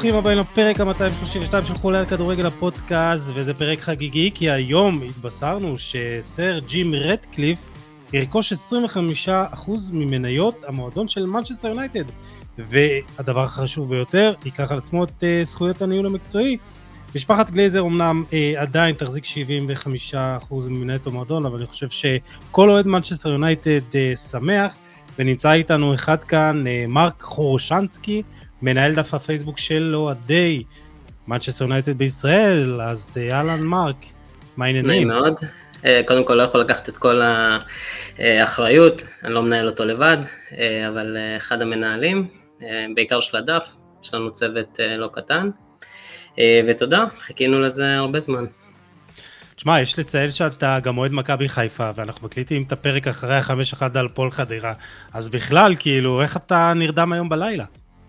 ברוכים הבאים לפרק ה-232 של חולה על כדורגל הפודקאסט, וזה פרק חגיגי כי היום התבשרנו שסר ג'ים רטקליף ירכוש 25% ממניות המועדון של מנצ'סטר יונייטד, והדבר החשוב ביותר, ייקח על עצמו את זכויות הניהול המקצועי. משפחת גלייזר אמנם עדיין תחזיק 75% ממניות המועדון, אבל אני חושב שכל אוהד מנצ'סטר יונייטד שמח, ונמצא איתנו אחד כאן, מרק חורשנסקי, מנהל דף הפייסבוק של אוהדי מנצ'סטר יונייטד בישראל. אז אהלן מרק, מה העניינים? נעים מאוד. קודם כל לא יכול לקחת את כל האחריות, אני לא מנהל אותו לבד, אבל אחד המנהלים, בעיקר של הדף, יש לנו צוות לא קטן, ותודה, חיכינו לזה הרבה זמן. תשמע, יש לציין שאתה גם אוהד מכבי חיפה, ואנחנו מקליטים את הפרק אחרי 5-1 על פועל חדרה, אז בכלל, כאילו, איך אתה נרדם היום בלילה?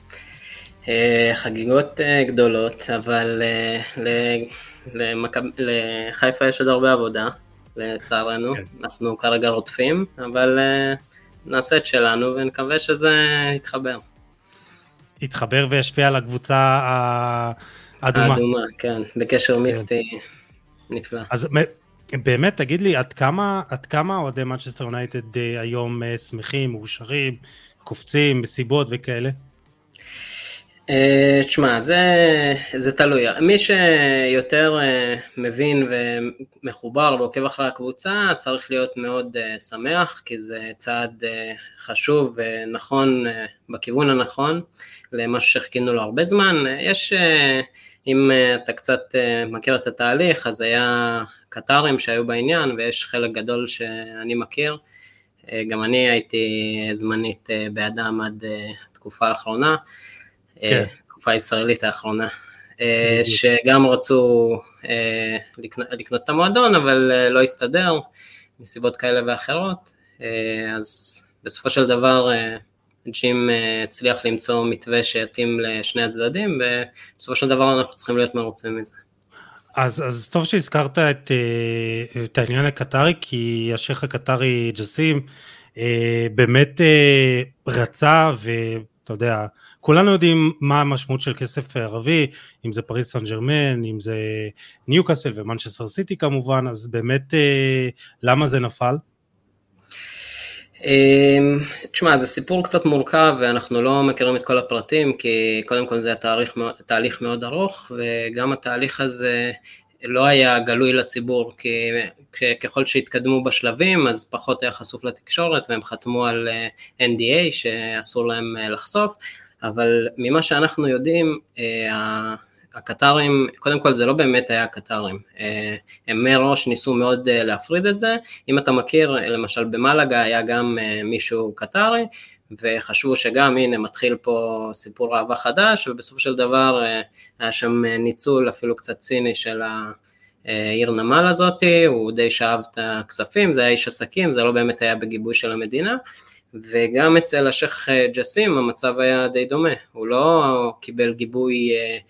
חגיגות גדולות, אבל לחיפה יש עוד הרבה עבודה, לצערנו. אנחנו כרגע רודפים, אבל נעשה את שלנו ונקווה שזה יתחבר. יתחבר וישפיע על הקבוצה האדומה. האדומה, כן, בקשר מיסטי נפלא. אז באמת, תגיד לי, עד כמה אוהדי מנצ'סטר יונייטד היום שמחים, מאושרים, קופצים, מסיבות וכאלה? תשמע, זה תלוי. מי שיותר מבין ומחובר ועוקב אחרי הקבוצה, צריך להיות מאוד שמח, כי זה צעד חשוב ונכון, בכיוון הנכון, למשהו שחיכינו לו הרבה זמן. אם אתה קצת מכיר את התהליך, אז היה קטרים שהיו בעניין, ויש חלק גדול שאני מכיר. גם אני הייתי זמנית באדם עד תקופה האחרונה, תקופה הישראלית האחרונה, שגם רצו לקנות את המועדון, אבל לא הסתדר, מסיבות כאלה ואחרות. אז בסופו של דבר, ג'ים הצליח למצוא מתווה שיתאים לשני הצדדים, ובסופו של דבר אנחנו צריכים להיות מרוצים מזה. אז טוב שהזכרת את העניין הקטרי, כי השייך הקטרי ג'סים באמת רצה, ואתה יודע, כולנו יודעים מה המשמעות של כסף ערבי, אם זה פריז סן ז'רמן, אם זה ניוקאסל ומנצ'סטר סיטי כמובן, אז באמת למה זה נפל? תשמע, זה סיפור קצת מורכב, ואנחנו לא מכירים את כל הפרטים, כי קודם כל זה תהליך מאוד ארוך, וגם התהליך הזה לא היה גלוי לציבור, כי ככל שהתקדמו בשלבים, אז פחות היה חשוף לתקשורת, והם חתמו על NDA שאסור להם לחשוף, אבל ממה שאנחנו יודעים, הקטרים, קודם כל זה לא באמת היה הקטרים, הם מראש ניסו מאוד להפריד את זה. אם אתה מכיר, למשל במלגה היה גם מישהו קטרי, וחשבו שגם הנה מתחיל פה סיפור אהבה חדש, ובסופו של דבר היה שם ניצול אפילו קצת ציני של העיר נמל הזאת, הוא די שאב את הכספים, זה היה איש עסקים, זה לא באמת היה בגיבוי של המדינה, וגם אצל השייך ג'סים המצב היה די דומה, הוא לא קיבל גיבוי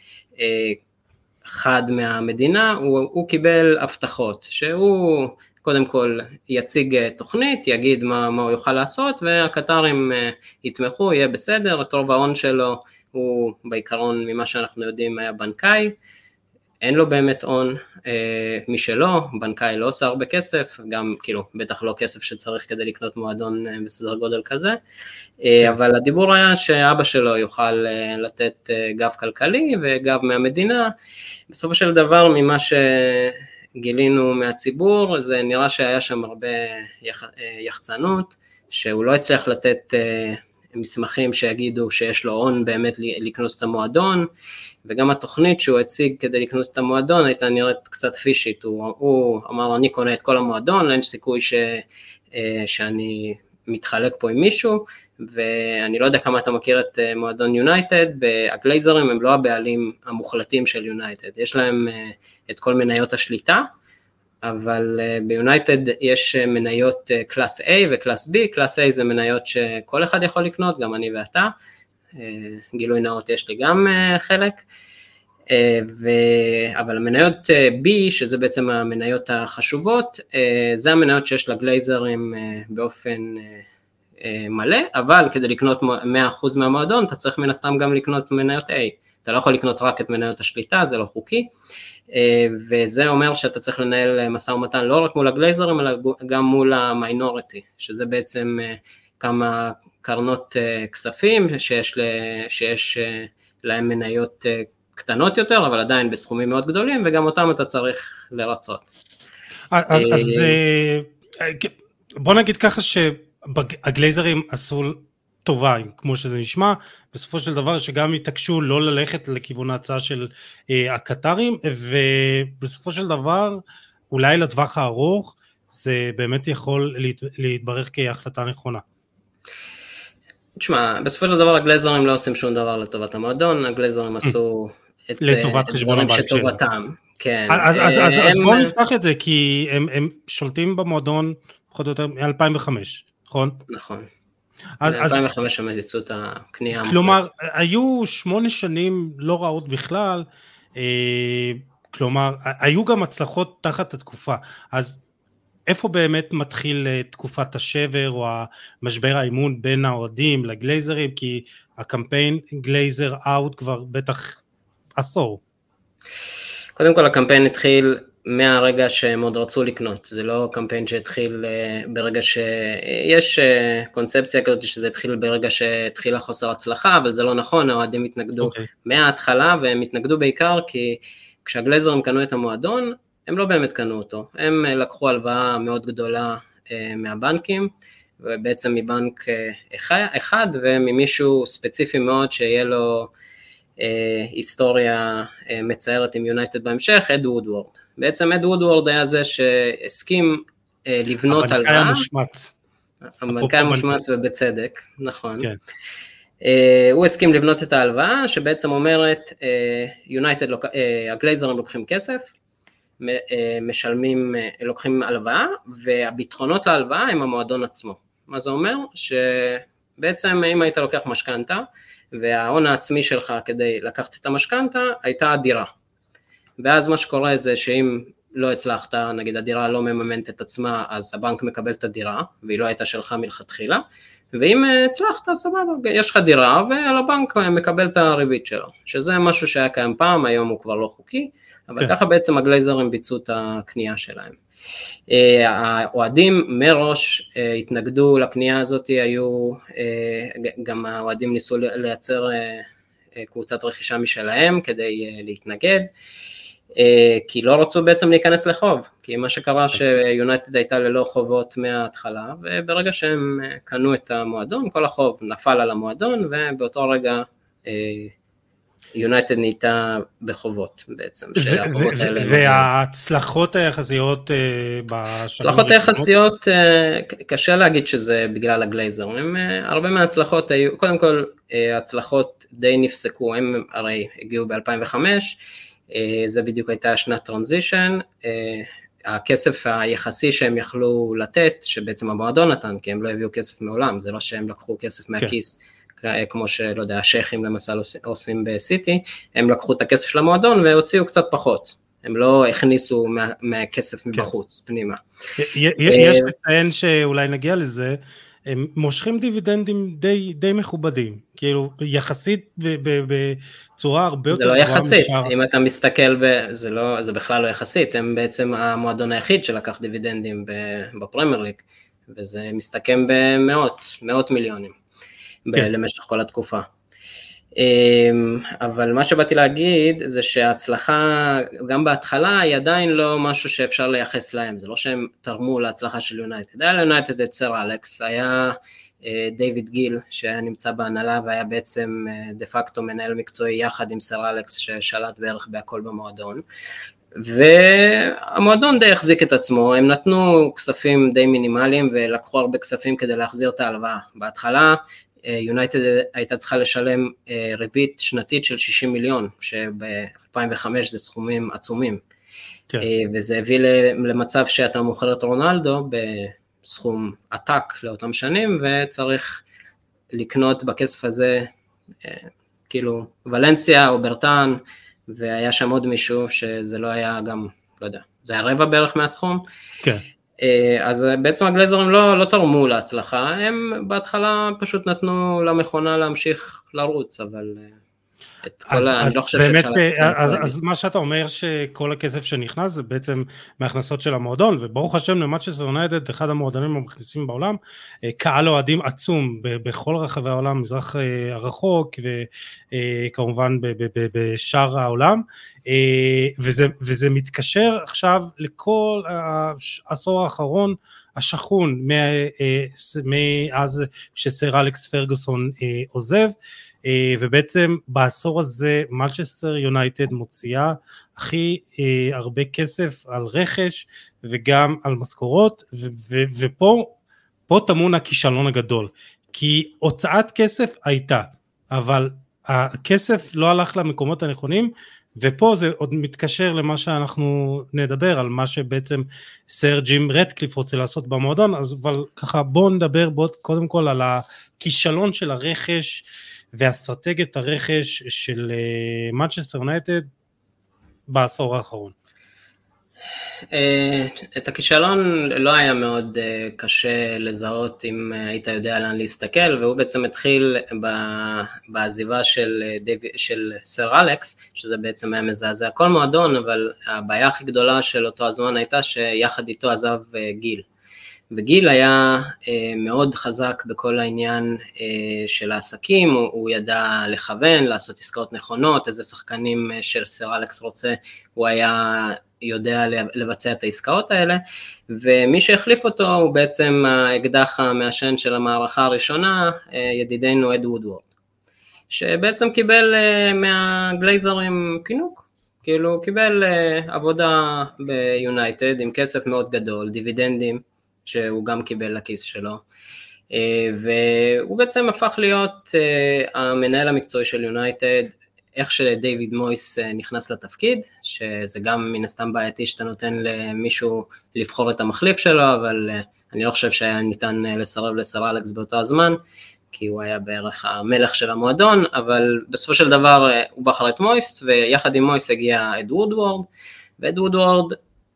חד מהמדינה, הוא קיבל הבטחות, שהוא קודם כל יציג תוכנית, יגיד מה הוא יוכל לעשות, והקטרים יתמכו, יהיה בסדר. את רוב ההון שלו הוא בעיקרון ממה שאנחנו יודעים היה בנקאי, אין לו באמת הון, מי שלא, בנקאי לא עושה הרבה כסף, גם כאילו בטח לא כסף שצריך כדי לקנות מועדון בסדר גודל כזה, אבל הדיבור היה שאבא שלו יוכל לתת גב כלכלי וגב מהמדינה. בסופו של דבר ממה שגילינו מהציבור, זה נראה שהיה שם הרבה יחצנות, שהוא לא הצליח לתת מסמכים שיגידו שיש לו הון באמת לקנות את המועדון, וגם התוכנית שהוא הציג כדי לקנות את המועדון הייתה נראית קצת פישית. הוא אמר, אני קונה את כל המועדון, אין סיכוי שאני מתחלק פה עם מישהו, ואני לא יודע כמה אתה מכיר את מועדון יונייטד, הגלייזרים הם לא הבעלים המוחלטים של יונייטד, יש להם את כל מניות השליטה, אבל ביונייטד יש מניות קלאס A וקלאס B, קלאס A זה מניות שכל אחד יכול לקנות, גם אני ואתה, גילוי נאות יש לי גם חלק, אבל המניות B, שזה בעצם המניות החשובות, זה המניות שיש לגלייזרים באופן מלא, אבל כדי לקנות 100% מהמועדון, אתה צריך מן הסתם גם לקנות מניות A, אתה לא יכול לקנות רק את מניות השליטה, זה לא חוקי, וזה אומר שאתה צריך לנהל משא ומתן לא רק מול הגלייזרים, אלא גם מול המיינורטי, שזה בעצם כמה קרנות כספים שיש להם מניות קטנות יותר, אבל עדיין בסכומים מאוד גדולים, וגם אותם אתה צריך לרצות. אז בוא נגיד ככה שהגלייזרים עשו טובה, כמו שזה נשמע, בסופו של דבר שגם התעקשו לא ללכת לכיוון ההצעה של הקטרים, ובסופו של דבר, אולי לטווח הארוך, זה באמת יכול להתברך כהחלטה נכונה. תשמע, בסופו של דבר הגלייזרים לא עושים שום דבר לטובת המועדון, הגלייזרים עשו את דברים שטובתם. כן. אז בואו נפתח את זה, כי הם שולטים במועדון פחות או יותר מ-2005, נכון? נכון. ב-2005 הם יצאו את הקנייה. כלומר, היו 8 שנים לא רעות בכלל, כלומר, היו גם הצלחות תחת התקופה, אז איפה באמת מתחיל תקופת השבר או המשבר האימון בין האוהדים לגלייזרים, כי הקמפיין גלייזר אאוט כבר בטח עשור. קודם כל הקמפיין התחיל מהרגע שהם עוד רצו לקנות, זה לא קמפיין שהתחיל ברגע שיש קונספציה כזאת שזה התחיל ברגע שהתחילה חוסר הצלחה, אבל זה לא נכון, האוהדים התנגדו מההתחלה, והם התנגדו בעיקר כי כשהגלייזרים קנו את המועדון, הם לא באמת קנו אותו, הם לקחו הלוואה מאוד גדולה מהבנקים, ובעצם מבנק אחד וממישהו ספציפי מאוד שיהיה לו היסטוריה מצערת עם יונייטד בהמשך, אד וודוורד. בעצם אד וודוורד היה זה שהסכים לבנות הלוואה. המנכ"ל המושמץ ובצדק, נכון. כן. הוא הסכים לבנות את ההלוואה, שבעצם אומרת, יונייטד, הגלייזרים לוקחים כסף, לוקחים הלוואה, והביטחונות להלוואה הם המועדון עצמו. מה זה אומר? שבעצם אם היית לוקח משכנתה, וההון העצמי שלך כדי לקחת את המשכנתה, הייתה הדירה. ואז מה שקורה זה שאם לא הצלחת, נגיד הדירה לא מממנת את עצמה, אז הבנק מקבל את הדירה, והיא לא הייתה שלך מלכתחילה, ואם הצלחת, סבבה, יש לך דירה, ועל הבנק מקבל את הריבית שלו, שזה משהו שהיה קיים פעם, היום הוא כבר לא חוקי, אבל ככה בעצם הגלייזרים ביצעו את הקנייה שלהם. האוהדים מראש התנגדו לקנייה הזאת, היו, גם האוהדים ניסו לייצר קבוצת רכישה משלהם כדי להתנגד, כי לא רצו בעצם להיכנס לחוב, כי מה שקרה שיונייטד הייתה ללא חובות מההתחלה, וברגע שהם קנו את המועדון, כל החוב נפל על המועדון, ובאותו רגע יונייטד נהייתה בחובות בעצם. וההצלחות היחסיות הצלחות היחסיות, קשה להגיד שזה בגלל הגלייזרים, הרבה מההצלחות היו, קודם כל ההצלחות די נפסקו, הם הרי הגיעו ב-2005, זה בדיוק הייתה שנת טרנזישן, הכסף היחסי שהם יכלו לתת, שבעצם המועדון נתן, כי הם לא הביאו כסף מעולם, זה לא שהם לקחו כסף מהכיס, כמו שלא יודע, השייכים למשל עושים בסיטי, הם לקחו את הכסף של המועדון והוציאו קצת פחות, הם לא הכניסו מהכסף מבחוץ, פנימה. יש לציין שאולי נגיע לזה, הם מושכים דיבידנדים די מכובדים, כאילו יחסית בצורה הרבה יותר גבוהה. זה לא יחסית, אם אתה מסתכל, זה בכלל לא יחסית, הם בעצם המועדון היחיד שלקח דיבידנדים בפרמייר ליג, וזה מסתכם במאות מיליונים. למשך כל התקופה. אבל מה שבאתי להגיד זה שההצלחה גם בהתחלה היא עדיין לא משהו שאפשר לייחס להם, זה לא שהם תרמו להצלחה של יונייטד, היה ליונייטד את סר אלכס, היה דיוויד גיל שהיה נמצא בהנהלה והיה בעצם דה פקטו מנהל מקצועי יחד עם סר אלכס ששלט בערך בהכל במועדון, והמועדון די החזיק את עצמו, הם נתנו כספים די מינימליים ולקחו הרבה כספים כדי להחזיר את ההלוואה, בהתחלה יונייטד הייתה צריכה לשלם ריבית שנתית של 60 מיליון, שב-2005 זה סכומים עצומים, כן. וזה הביא למצב שאתה מוכר את רונלדו בסכום עתק לאותם שנים, וצריך לקנות בכסף הזה, כאילו ולנסיה או ברטן, והיה שם עוד מישהו שזה לא היה גם, לא יודע, זה היה רבע בערך מהסכום, כן. אז בעצם הגלייזרים לא תרמו להצלחה, הם בהתחלה פשוט נתנו למכונה להמשיך לרוץ, אבל אני לא חושב שאפשר אז מה שאתה אומר שכל הכסף שנכנס זה בעצם מהכנסות של המועדון, וברוך השם למנצ'סטר יונייטד, אחד המועדונים המכניסים בעולם, קהל אוהדים עצום בכל רחבי העולם, מזרח הרחוק וכמובן בשאר העולם, וזה מתקשר עכשיו לכל העשור האחרון השכון מאז שסר אלכס פרגוסון עוזב, ובעצם בעשור הזה מנצ'סטר יונייטד מוציאה הכי הרבה כסף על רכש וגם על משכורות, ופה טמון הכישלון הגדול, כי הוצאת כסף הייתה, אבל הכסף לא הלך למקומות הנכונים, ופה זה עוד מתקשר למה שאנחנו נדבר, על מה שבעצם סר ג'ים רטקליף רוצה לעשות במועדון, אבל ככה בואו נדבר קודם כל על הכישלון של הרכש, ואסטרטגיית הרכש של מנצ'סטר יונייטד בעשור האחרון. את הכישלון לא היה מאוד קשה לזהות אם היית יודע לאן להסתכל, והוא בעצם התחיל בעזיבה של סר אלכס, שזה בעצם היה מזעזע כל מועדון, אבל הבעיה הכי גדולה של אותו הזמן הייתה שיחד איתו עזב גיל. וגיל היה מאוד חזק בכל העניין של העסקים, הוא ידע לכוון, לעשות עסקאות נכונות, איזה שחקנים של סר אלכס רוצה, הוא היה יודע לבצע את העסקאות האלה, ומי שהחליף אותו הוא בעצם האקדח המעשן של המערכה הראשונה, ידידנו אד וודוורד, שבעצם קיבל מהגלייזרים פינוק, כאילו הוא קיבל עבודה ביונייטד עם כסף מאוד גדול, דיבידנדים, שהוא גם קיבל לכיס שלו, והוא בעצם הפך להיות המנהל המקצועי של יונייטד, איך שדייוויד מויס נכנס לתפקיד, שזה גם מן הסתם בעייתי שאתה נותן למישהו לבחור את המחליף שלו, אבל אני לא חושב שהיה ניתן לסרב לסר אלכס באותו הזמן, כי הוא היה בערך המלך של המועדון, אבל בסופו של דבר הוא בחר את מויס, ויחד עם מויס הגיע אד וודוורד, ואד וודוורד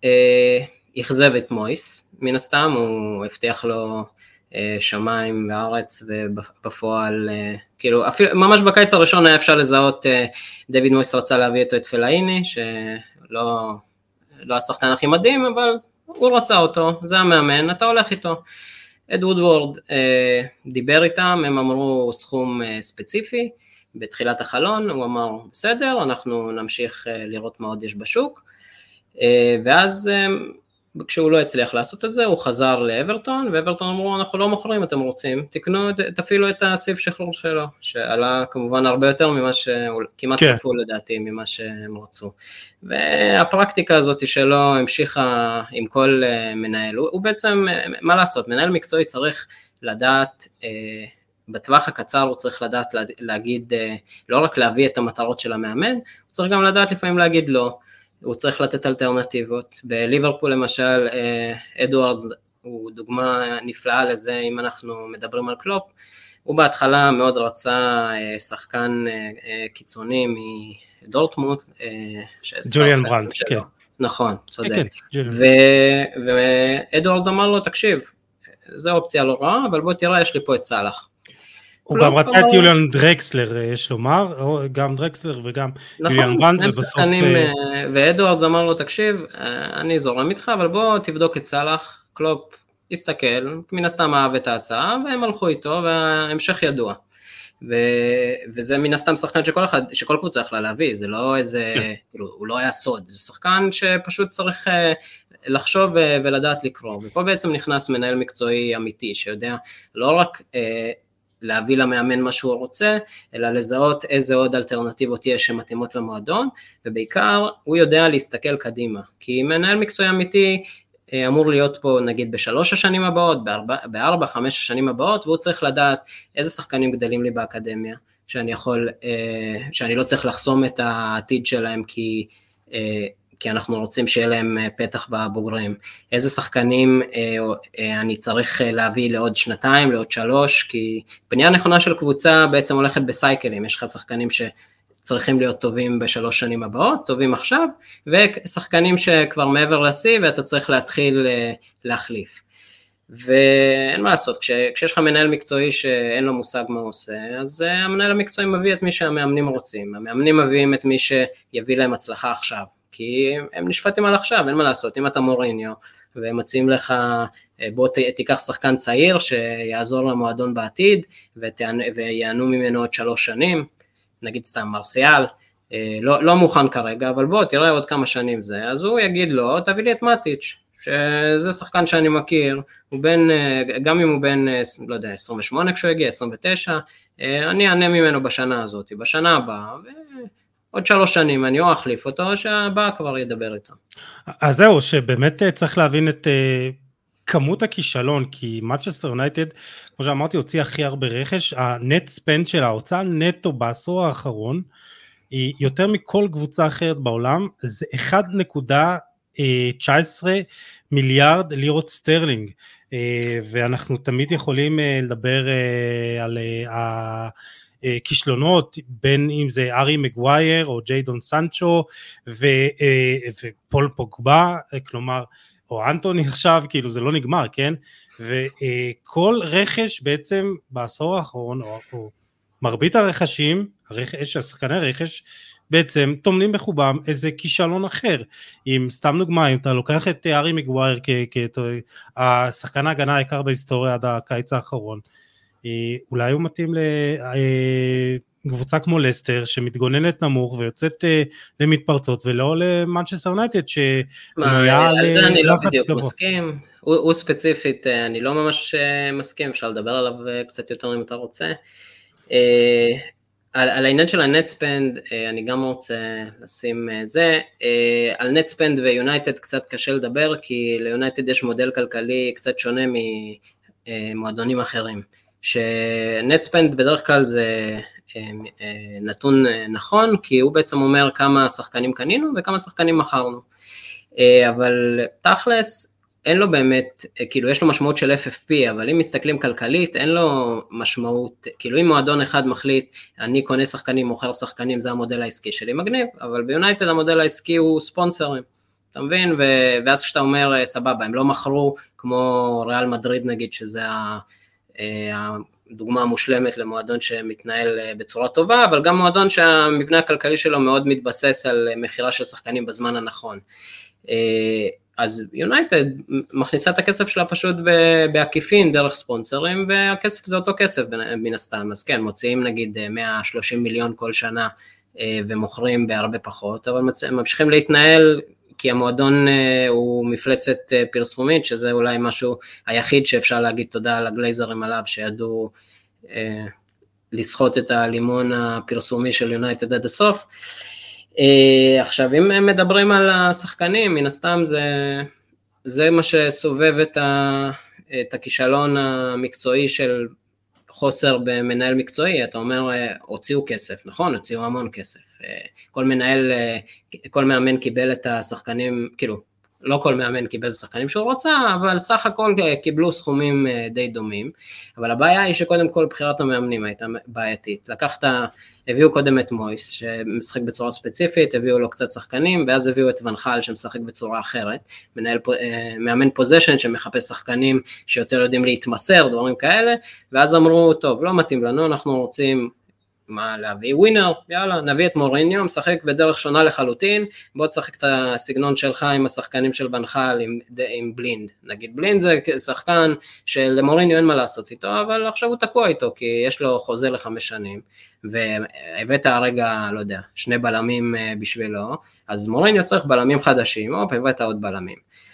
יחזב את מויס, מן הסתם הוא הבטיח לו שמיים וארץ, ובפועל, כאילו, אפילו, ממש בקיץ הראשון היה אפשר לזהות, דויד מויס רצה להביא אותו את פלאיני, שלא השחקן הכי מדהים, אבל הוא רצה אותו, זה המאמן, אתה הולך איתו. אד וודוורד דיבר איתם, הם אמרו סכום ספציפי, בתחילת החלון, הוא אמר, בסדר, אנחנו נמשיך לראות מה עוד יש בשוק, ואז כשהוא לא הצליח לעשות את זה, הוא חזר לאברטון, ואברטון אמרו, אנחנו לא מוכרים, אתם רוצים, תפעילו את הסיב שחרור שלו, שעלה כמובן הרבה יותר ממה כמעט כפול לדעתי, ממה שהם רצו. והפרקטיקה הזאת שלו המשיכה עם כל מנהל, הוא בעצם, מה לעשות, מנהל מקצועי צריך לדעת, בטווח הקצר הוא צריך לדעת להגיד, לא רק להביא את המטרות של המאמן, הוא צריך גם לדעת לפעמים להגיד לא, הוא צריך לתת אלטרנטיבות. בליברפול למשל, אדוארדס הוא דוגמה נפלאה לזה, אם אנחנו מדברים על קלופ, הוא בהתחלה מאוד רצה שחקן קיצוני מדורטמונד, ג'וליאן ברנד, כן. נכון, צודק. ואדוארדס אמר לו, תקשיב, זו אופציה לא רעה, אבל בוא תראה, יש לי פה את סלאח. הוא גם רצה את יוליאן דרקסלר, יש לומר, גם דרקסלר וגם יוליאן ברנד, ובסוף... ואדוארדס אמר לו, תקשיב, אני זורם איתך, אבל בוא תבדוק את סלאח, קלופ הסתכל, מן הסתם אהב את ההצעה, והם הלכו איתו, וההמשך ידוע. וזה מן הסתם שחקן שכל קבוצה יכלה להביא, זה לא איזה, כאילו, הוא לא היה סוד, זה שחקן שפשוט צריך לחשוב ולדעת לקרוא, ופה בעצם נכנס מנהל מקצועי אמיתי, שיודע לא רק להביא למאמן מה שהוא רוצה, אלא לזהות איזה עוד אלטרנטיבות יש שמתאימות למועדון, ובעיקר הוא יודע להסתכל קדימה, כי מנהל מקצועי אמיתי אמור להיות פה נגיד ב3 השנים הבאות, ב4-5 השנים הבאות, והוא צריך לדעת איזה שחקנים גדלים לי באקדמיה, שאני לא צריך לחסום את העתיד שלהם, כי אנחנו רוצים שיהיה להם פתח בבוגרים, איזה שחקנים אני צריך להביא לעוד 2, לעוד 3, כי בנייה נכונה של קבוצה בעצם הולכת בסייקלים, יש לך שחקנים שצריכים להיות טובים ב3 שנים הבאות, טובים עכשיו, ושחקנים שכבר מעבר לשיא, ואתה צריך להתחיל להחליף. ואין מה לעשות, כשיש לך מנהל מקצועי שאין לו מושג מה הוא עושה, אז המנהל המקצועי מביא את מי שהמאמנים רוצים, המאמנים מביאים את מי שיביא להם הצלחה עכשיו, כי הם נשפטים על עכשיו, אין מה לעשות, אם אתה מוריניו, ומציעים לך, בוא תיקח שחקן צעיר שיעזור למועדון בעתיד, ויענו ממנו עוד 3 שנים, נגיד סתם מרסיאל, לא מוכן כרגע, אבל בוא תראה עוד כמה שנים זה, אז הוא יגיד לו, תביא לי את מטיץ', שזה שחקן שאני מכיר, הוא גם אם הוא בן, לא יודע, 28 כשהוא הגיע, 29, אני אענה ממנו בשנה הזאת, בשנה הבאה, עוד 3 שנים אני או אחליף אותו, או שהבא כבר ידבר איתו. אז זהו, שבאמת צריך להבין את כמות הכישלון, כי Manchester United, כמו שאמרתי, הוציא הכי הרבה רכש, הנט ספנד של ההוצאה נטו בעשור האחרון, היא יותר מכל קבוצה אחרת בעולם, זה 1.19 מיליארד לירות סטרלינג, ואנחנו תמיד יכולים לדבר על הכישלונות, בין אם זה ארי מגווייר או ג'יידון סנצ'ו ופול פוגבה, כלומר, או אנטוני עכשיו, כאילו זה לא נגמר, כן? וכל רכש בעצם בעשור האחרון, או מרבית הרכשים, שחקני רכש, בעצם תומנים בחובם איזה כישלון אחר. אם סתם דוגמה, אם אתה לוקח את ארי מגווייר השחקן ההגנה העיקר בהיסטוריה עד הקיץ האחרון, אולי הוא מתאים לקבוצה כמו לסטר שמתגוננת נמוך ויוצאת למתפרצות, ולא למנצ'סטר יונייטד שבנויה על זה אני לא בדיוק מסכים, הוא ספציפית אני לא ממש מסכים, אפשר לדבר עליו קצת יותר אם אתה רוצה. על העניין של הנט ספנד, אני גם רוצה לשים זה, על נט ספנד ויונייטד קצת קשה לדבר, כי ליונייטד יש מודל כלכלי קצת שונה ממועדונים אחרים, שנט ספנד בדרך כלל זה נתון נכון, כי הוא בעצם אומר כמה שחקנים קנינו וכמה שחקנים מכרנו, אבל תכלס, אין לו באמת, כאילו יש לו משמעות של FFP, אבל אם מסתכלים כלכלית, אין לו משמעות, כאילו אם מועדון אחד מחליט, אני קונה שחקנים, מוכר שחקנים, זה המודל העסקי שלי, מגניב, אבל ביונייטד המודל העסקי הוא ספונסרים, אתה מבין? ואז כשאתה אומר, סבבה, הם לא מכרו, כמו ריאל מדריד נגיד, שזה הדוגמה המושלמת למועדון שמתנהל בצורה טובה, אבל גם מועדון שהמבנה הכלכלי שלו מאוד מתבסס על מחירה של שחקנים בזמן הנכון. אז יונייטד מכניסה את הכסף שלה פשוט בעקיפין דרך ספונסרים, והכסף זה אותו כסף מן הסתם, אז כן, מוציאים נגיד 130 מיליון כל שנה, ומוכרים בהרבה פחות, אבל ממשיכים להתנהל, כי המועדון הוא מפלצת פרסומית, שזה אולי משהו היחיד שאפשר להגיד תודה על הגלייזרים עליו, שידעו לסחוט את הלימון הפרסומי של יונייטד עד הסוף. עכשיו אם מדברים על השחקנים, מן הסתם זה מה שסובב את הכישלון המקצועי של חוסר במנהל מקצועי. אתה אומר הוציאו כסף, נכון? הוציאו המון כסף, כל מאמן קיבל את השחקנים, כאילו לא כל מאמן קיבל את השחקנים שהוא רוצה, אבל סך הכל קיבלו סכומים די דומים, אבל הבעיה היא שקודם כל בחירת המאמנים הייתה בעייתית, הביאו קודם את מויס שמשחק בצורה ספציפית, הביאו לו קצת שחקנים, ואז הביאו את ונחל שמשחק בצורה אחרת, מאמן פוזיישן שמחפש שחקנים שיותר יודעים להתמסר, דברים כאלה, ואז אמרו, טוב, לא מתאים לנו, אנחנו רוצים מה להביא ווינר, יאללה, נביא את מוריניו, משחק בדרך שונה לחלוטין, בוא תשחק את הסגנון שלך עם השחקנים של בנחל, עם בלינד, נגיד בלינד זה שחקן שלמוריניו אין מה לעשות איתו, אבל עכשיו הוא תקוע איתו, כי יש לו חוזה ל5 שנים, והבאת הרגע, לא יודע, 2 בלמים בשבילו, אז מוריניו צריך בלמים חדשים, הבאת עוד בלמים.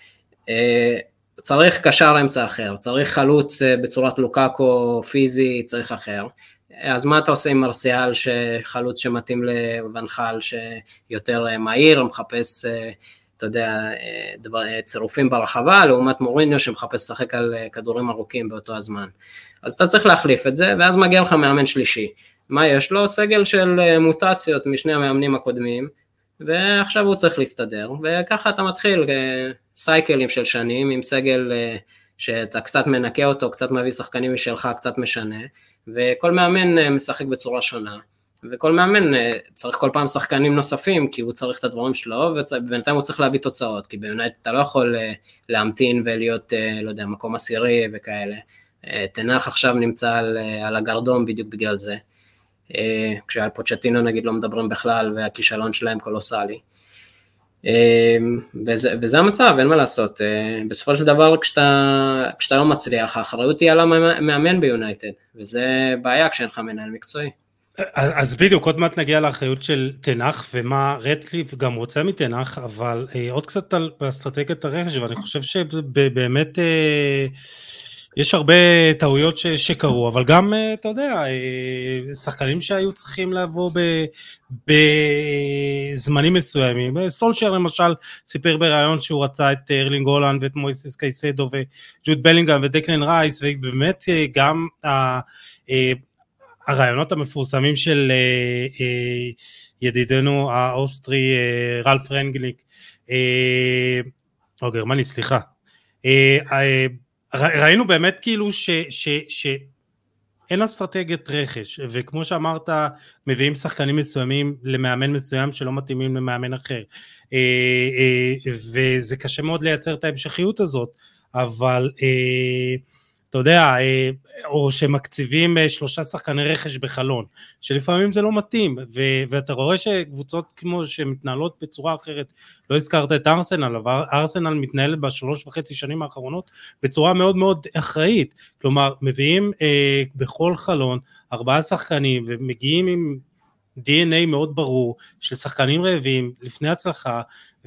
צריך קשר אמצע אחר, צריך חלוץ בצורת לוקאקו פיזי, צריך אחר, אז מה אתה עושה עם מרסיאל, חלוץ שמתאים לבנחל, שיותר מהיר, מחפש, אתה יודע, צירופים ברחבה, לעומת מוריניו שמחפש לשחק על כדורים ארוכים באותו הזמן. אז אתה צריך להחליף את זה, ואז מגיע לך מאמן שלישי. מה יש לו? סגל של מוטציות משני המאמנים הקודמים, ועכשיו הוא צריך להסתדר, וככה אתה מתחיל סייקלים של שנים, עם סגל שאתה קצת מנקה אותו, קצת מביא שחקנים משלך, קצת משנה, וכל מאמן משחק בצורה שונה, וכל מאמן צריך כל פעם שחקנים נוספים, כי הוא צריך את הדברים שלו, ובינתיים הוא צריך להביא תוצאות, כי ביונייטד אתה לא יכול להמתין ולהיות, לא יודע, מקום עשירי וכאלה. תנח עכשיו נמצא על הגרדום בדיוק בגלל זה, כשעל פוצ'טינו נגיד לא מדברים בכלל, והכישלון שלהם קולוסלי. וזה המצב, אין מה לעשות. בסופו של דבר, כשאתה לא מצליח, האחריות היא על המאמן ביונייטד, וזה בעיה כשאין לך מנהל מקצועי. אז בדיוק, עוד מעט נגיע לאחריות של תנח, ומה רטקליף גם רוצה מתנח, אבל עוד קצת על אסטרטגיית הרכש, ואני חושב שבאמת יש הרבה טעויות שקרו, אבל גם, אתה יודע, שחקנים שהיו צריכים לבוא בזמנים מסוימים. סולשר למשל סיפר ברעיון שהוא רצה את ארלינג הולנד ואת מויסס קייסדו וג'וד בלינגהאם ודקלן רייס, ובאמת גם הרעיונות המפורסמים של ידידנו האוסטרי רלף רנגליק, או גרמני, סליחה, ראינו באמת כאילו שאין אסטרטגיית רכש, וכמו שאמרת, מביאים שחקנים מסוימים למאמן מסוים שלא מתאימים למאמן אחר, וזה קשה מאוד לייצר את ההמשכיות הזאת, אבל אתה יודע, או שמקציבים 3 שחקני רכש בחלון, שלפעמים זה לא מתאים, ואתה רואה שקבוצות כמו שמתנהלות בצורה אחרת, לא הזכרת את ארסנל, אבל ארסנל מתנהלת ב3.5 שנים האחרונות, בצורה מאוד מאוד אחראית, כלומר, מביאים בכל חלון 4 שחקנים, ומגיעים עם DNA מאוד ברור, של שחקנים רעבים, לפני הצלחה,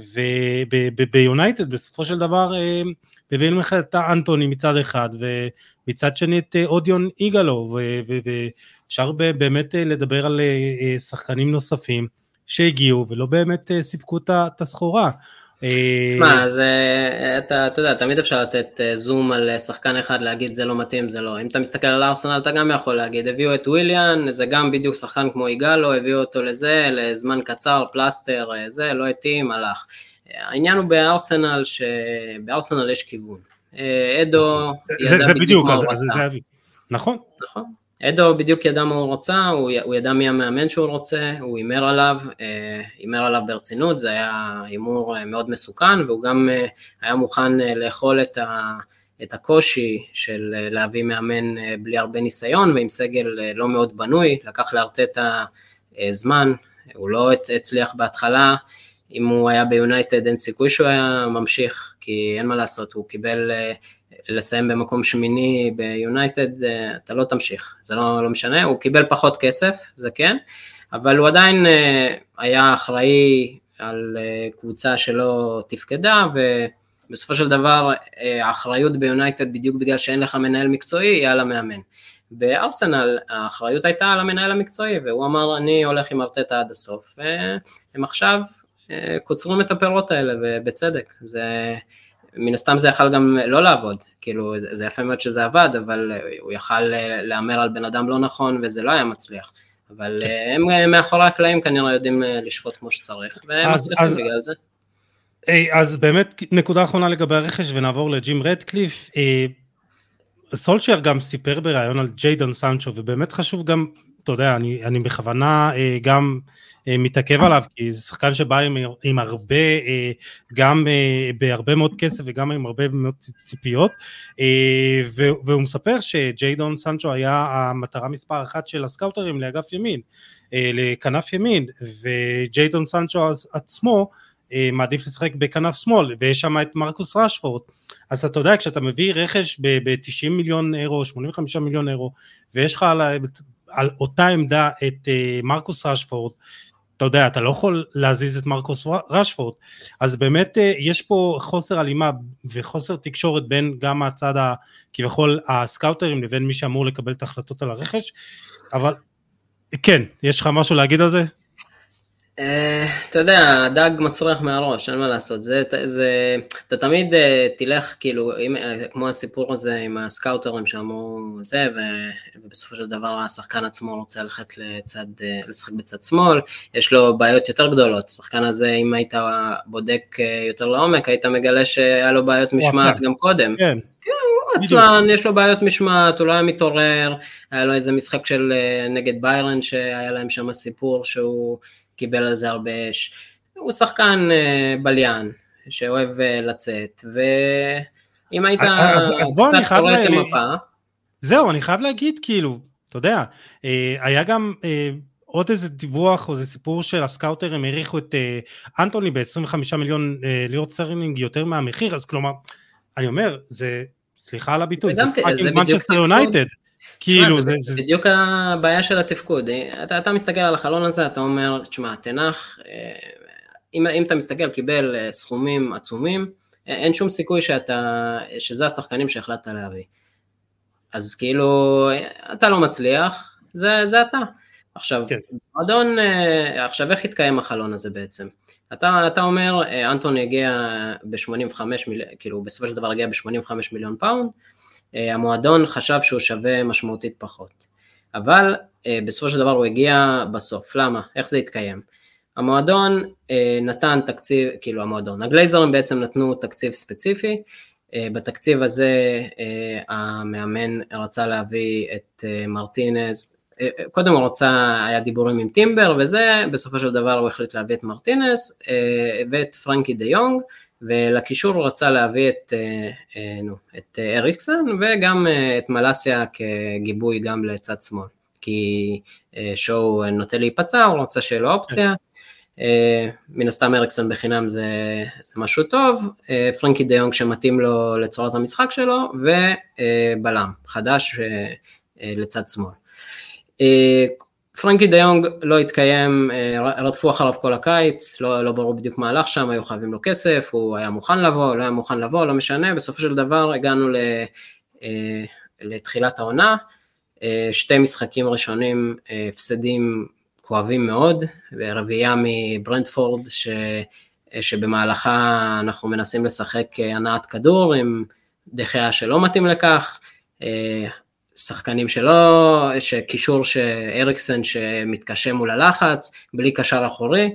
וביונייטד בסופו של דבר, מביאים לך את אנטוני מצד אחד, ומצד שני את אודיון איגלו, ואפשר באמת לדבר על שחקנים נוספים שהגיעו, ולא באמת סיפקו את הסחורה. מה, אז אתה יודע, תמיד אפשר לתת זום על שחקן אחד, להגיד זה לא מתאים, זה לא. אם אתה מסתכל על ארסנל, אתה גם יכול להגיד, הביאו את וויליאן, זה גם בדיוק שחקן כמו איגלו, הביאו אותו לזה, לזמן קצר, פלסטר, זה לא התאים, הלך. העניין הוא בארסנל, שבארסנל יש כיוון. אדו ידע בדיוק מה הוא רצה. נכון. נכון. אדו בדיוק ידע מה הוא רצה, הוא ידע מי המאמן שהוא רוצה, הוא הימר עליו ברצינות, זה היה הימור מאוד מסוכן, והוא גם היה מוכן לאכול את הקושי של להביא מאמן בלי הרבה ניסיון, ועם סגל לא מאוד בנוי, לקח לארטטה זמן, הוא לא הצליח בהתחלה, אם הוא היה ביונייטד אין סיכוי שהוא היה ממשיך, כי אין מה לעשות, הוא קיבל לסיים במקום שמיני ביונייטד, אתה לא תמשיך, זה לא משנה, הוא קיבל פחות כסף, זה כן, אבל הוא עדיין היה אחראי על קבוצה שלא תפקדה, ובסופו של דבר האחריות ביונייטד בדיוק בגלל שאין לך מנהל מקצועי, היא על המאמן. בארסנל האחריות הייתה על המנהל המקצועי, והוא אמר אני הולך עם ארטטה עד הסוף, והם עכשיו קוצרים את הפירות האלה, ובצדק, מן הסתם זה יכל גם לא לעבוד, כאילו זה יפה מאוד שזה עבד, אבל הוא יכל לאמר על בן אדם לא נכון, וזה לא היה מצליח, אבל הם מאחורי הקלעים כנראה יודעים לשפוט כמו שצריך, והם מצליחים בגלל זה. אז באמת נקודה אחרונה לגבי הרכש, ונעבור לג'ים רטקליף, סולשייר גם סיפר ברעיון על ג'יידון סנצ'ו, ובאמת חשוב גם, אתה יודע, אני בכוונה גם מתעכב עליו, כי זה שחקן שבא עם הרבה, גם בהרבה מאוד כסף וגם עם הרבה מאוד ציפיות, והוא מספר שג'יידון סנצ'ו היה המטרה מספר 1 של הסקאוטרים לאגף ימין, לכנף ימין, וג'יידון סנצ'ו עצמו מעדיף לשחק בכנף שמאל, ויש שם את מרקוס רשפורד, אז אתה יודע, כשאתה מביא רכש ב-90 מיליון אירו, 85 מיליון אירו, ויש לך על אותה עמדה את מרקוס רשפורד, אתה יודע, אתה לא יכול להזיז את מרקוס רשפורד, אז באמת יש פה חוסר הלימה וחוסר תקשורת בין גם הצד כביכול הסקאוטרים לבין מי שאמור לקבל את ההחלטות על הרכש, אבל כן, יש לך משהו להגיד על זה? אתה יודע, דג מסריח מהראש, אין מה לעשות, אתה תמיד תלך כאילו, כמו הסיפור הזה עם הסקאוטרים שאמרו זה, ובסופו של דבר השחקן עצמו רוצה לשחק בצד שמאל, יש לו בעיות יותר גדולות, השחקן הזה אם היית בודק יותר לעומק, היית מגלה שהיה לו בעיות משמעת גם קודם. כן. עצלן, יש לו בעיות משמעת, הוא לא היה מתעורר, היה לו איזה משחק של נגד ביירן, שהיה להם שם סיפור שהוא קיבל על זה הרבה אש, הוא שחקן בליין, שאוהב לצאת, ואם היית קצת קורא את המפה, זהו, אני חייב להגיד, כאילו, אתה יודע, היה גם עוד איזה דיווח, או איזה סיפור של הסקאוטר, הם העריכו את אנטוני ב-25 מיליון לירות סטרלינג יותר מהמחיר, אז כלומר, אני אומר, זה, סליחה על הביטוי, זה פאקינג מנצ'סטר יונייטד, כאילו, זה בדיוק הבעיה של התפקוד, אתה מסתכל על החלון הזה, אתה אומר, תשמע, תנח, אם אתה מסתכל, קיבל סכומים עצומים, אין שום סיכוי שזה השחקנים שהחלטת להביא, אז כאילו, אתה לא מצליח, זה אתה. עכשיו, מועדון, עכשיו איך התקיים החלון הזה בעצם? אתה אומר, אנטוני הגיע ב-85 מיליון, כאילו בסופו של דבר הגיע ב-85 מיליון פאונד, המועדון חשב שהוא שווה משמעותית פחות, אבל בסופו של דבר הוא הגיע בסוף, למה? איך זה התקיים? המועדון נתן תקציב, כאילו הגלייזרים בעצם נתנו תקציב ספציפי, בתקציב הזה המאמן רצה להביא את מרטינז, קודם הוא היה דיבורים עם טימבר וזה, בסופו של דבר הוא החליט להביא את מרטינז ואת פרנקי דה יונג, ולקישור הוא רצה להביא את אריקסן וגם את מלאסיה כגיבוי גם לצד שמאל, כי שואו נוטה להיפצע, הוא רוצה שיהיה לו אופציה, מן הסתם אריקסן בחינם זה משהו טוב, פרנקי דה יונג שמתאים לו לצורת המשחק שלו, ובלם חדש לצד שמאל. פרנקי דה יונג לא התקיים, רדפו אחריו כל הקיץ, לא ברור בדיוק מה הלך שם, היו חייבים לו כסף, הוא היה מוכן לבוא, לא היה מוכן לבוא, לא משנה, בסופו של דבר הגענו לתחילת העונה, 2 משחקים ראשונים הפסדים כואבים מאוד, רביעייה מברנטפורד, שבמהלכה אנחנו מנסים לשחק הנעת כדור, עם דחיה שלא מתאים לכך, שחקנים שקישור שאריקסן שמתקשה מול הלחץ, בלי קשר אחורי,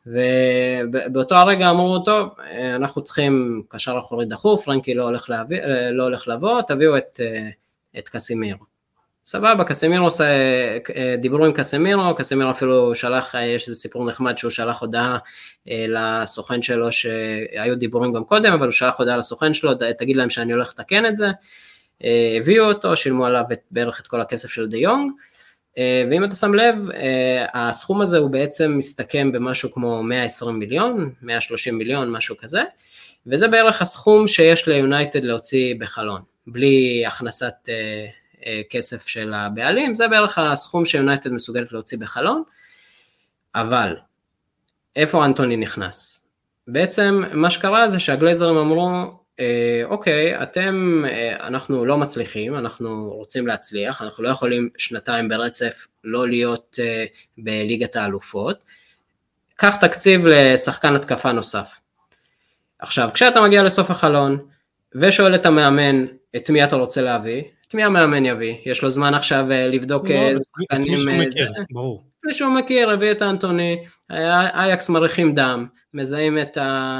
ובאותו הרגע אמרו, טוב, אנחנו צריכים קשר אחורי דחוף, פרנקי לא הולך לבוא, תביאו את קסימירו. סבבה, קסימירו עושה, דיברו עם קסימירו אפילו שלח, יש איזה סיפור נחמד שהוא שלח הודעה לסוכן שלו, שהיו דיבורים גם קודם, אבל הוא שלח הודעה לסוכן שלו, תגיד להם שאני הולך לתקן את זה, הביאו אותו, שילמו עליו בערך את כל הכסף של דה יונג, ואם אתה שם לב, הסכום הזה הוא בעצם מסתכם במשהו כמו 120 מיליון, 130 מיליון, משהו כזה, וזה בערך הסכום שיש ליונייטד להוציא בחלון, בלי הכנסת כסף של הבעלים, זה בערך הסכום שיונייטד מסוגלת להוציא בחלון, אבל איפה אנטוני נכנס? בעצם מה שקרה זה שהגלייזרים אמרו, אוקיי, אנחנו לא מצליחים, אנחנו רוצים להצליח, אנחנו לא יכולים 2 ברצף לא להיות בליגת האלופות, קח תקציב לשחקן התקפה נוסף. עכשיו, כשאתה מגיע לסוף החלון, ושואל את המאמן את מי אתה רוצה להביא, את מי המאמן יביא? יש לו זמן עכשיו לבדוק שחקנים, מישהו מכיר, הביא את אנטוני, אייקס מריחים דם, מזהים את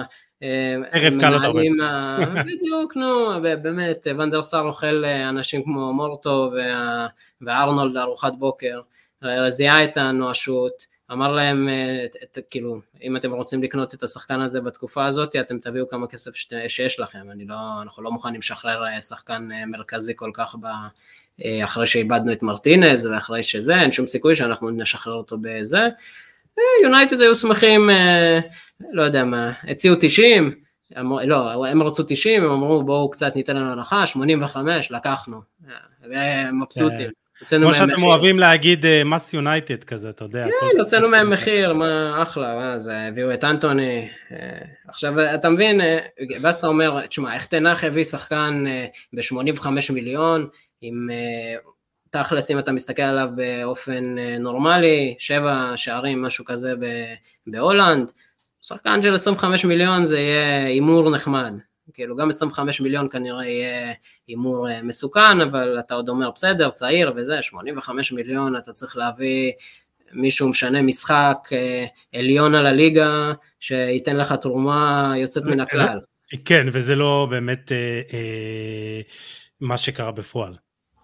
ערב קל אתה רואה. בדיוק, נו, באמת, ונדרסר אוכל אנשים כמו מורטו וארנולד ארוחת בוקר, זיהה את הנואשות, אמר להם, כאילו, אם אתם רוצים לקנות את השחקן הזה בתקופה הזאת, אתם תביאו כמה כסף שיש לכם, אנחנו לא מוכנים לשחרר שחקן מרכזי כל כך אחרי שאיבדנו את מרטינז, ואחרי שזה, אין שום סיכוי שאנחנו נשחרר אותו בזה, יונייטד היו שמחים, לא יודע מה, הציעו 90, לא, הם רצו 90, הם אמרו בואו קצת ניתן לנו הנחה, 85, לקחנו, והם מבסוטים. כמו שאתם אוהבים להגיד מס יונייטד כזה, אתה יודע. כן, יוצאנו מהם מחיר, מה אחלה, אז הביאו את אנטוני, עכשיו אתה מבין, ואז אתה אומר, תשמע, איך תנח הביא שחקן ב-85 מיליון, עם תכלס אם אתה מסתכל עליו באופן נורמלי, 7 שערים, משהו כזה בהולנד, שחקן של 25 מיליון זה יהיה אימור נחמד, כאילו גם 25 מיליון כנראה יהיה אימור מסוכן, אבל אתה עוד אומר בסדר, צעיר וזה, 85 מיליון אתה צריך להביא מישהו משנה משחק, עליון על הליגה, שייתן לך תרומה יוצאת מן הכלל. כן, וזה לא באמת מה שקרה בפועל.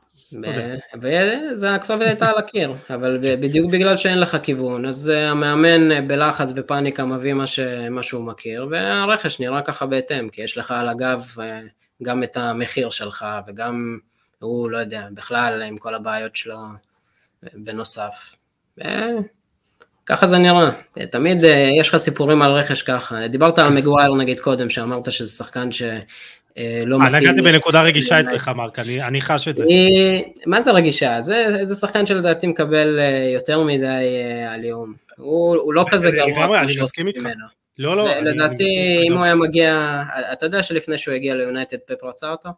וזה הכתובת הייתה על הקיר, אבל בדיוק בגלל שאין לך כיוון, אז המאמן בלחץ בפאניקה מביא מה שהוא מכיר, והרכש נראה ככה בהתאם, כי יש לך על הגב גם את המחיר שלך, וגם הוא לא יודע, בכלל עם כל הבעיות שלו בנוסף. ככה זה נראה, תמיד יש לך סיפורים על רכש ככה, דיברת על מגווייר נגיד קודם, שאמרת שזה שחקן לא מתאים. נגעתי בנקודה רגישה אצלך מרק, אני חש את זה. מה זה רגישה? זה שחקן שלדעתי מקבל יותר מדי על יום, הוא לא כזה גרוע, אני מסכים איתך. לדעתי אם הוא היה מגיע, אתה יודע שלפני שהוא הגיע ליונייטד פפ רצה אותו?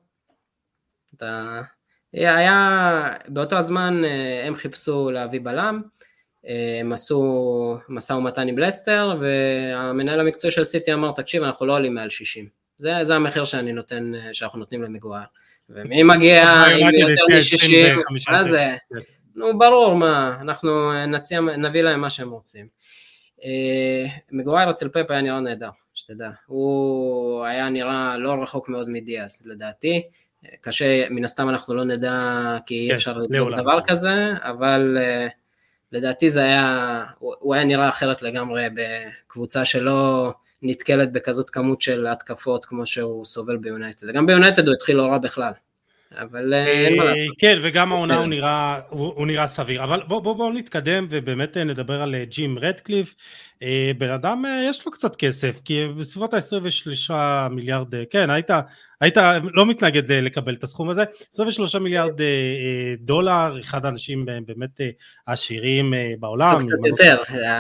באותו הזמן הם חיפשו להביא בלם, הם עשו משא ומתן עם לסטר, והמנהל המקצועי של סיטי אמר, תקשיב, אנחנו לא עולים מעל 60. זה המחיר שאנחנו נותנים למגווייר. ומי מגיע עם יותר מ-60, מה זה? נו, ברור מה, אנחנו נביא להם מה שהם רוצים. מגווייר אצל פפ היה נראה נהדר, שתדע. הוא היה נראה לא רחוק מאוד מדיאס, לדעתי. קשה, מן הסתם אנחנו לא נדע, כי אי אפשר לבדוק דבר כזה, אבל לדעתי הוא היה נראה אחרת לגמרי בקבוצה שלא נתקלת בכזאת כמות של התקפות כמו שהוא סובל ביונייטד, וגם ביונייטד הוא התחיל לא רע בכלל, אבל אין מה לעשות. כן, וגם העונה הוא נראה סביר, אבל בואו נתקדם ובאמת נדבר על ג'ים רדקליף. בן אדם יש לו קצת כסף, כי בסביבות ה-23 מיליארד, כן, היית לא מתנגד לקבל את הסכום הזה, 23 מיליארד דולר, אחד האנשים באמת עשירים בעולם. קצת יותר,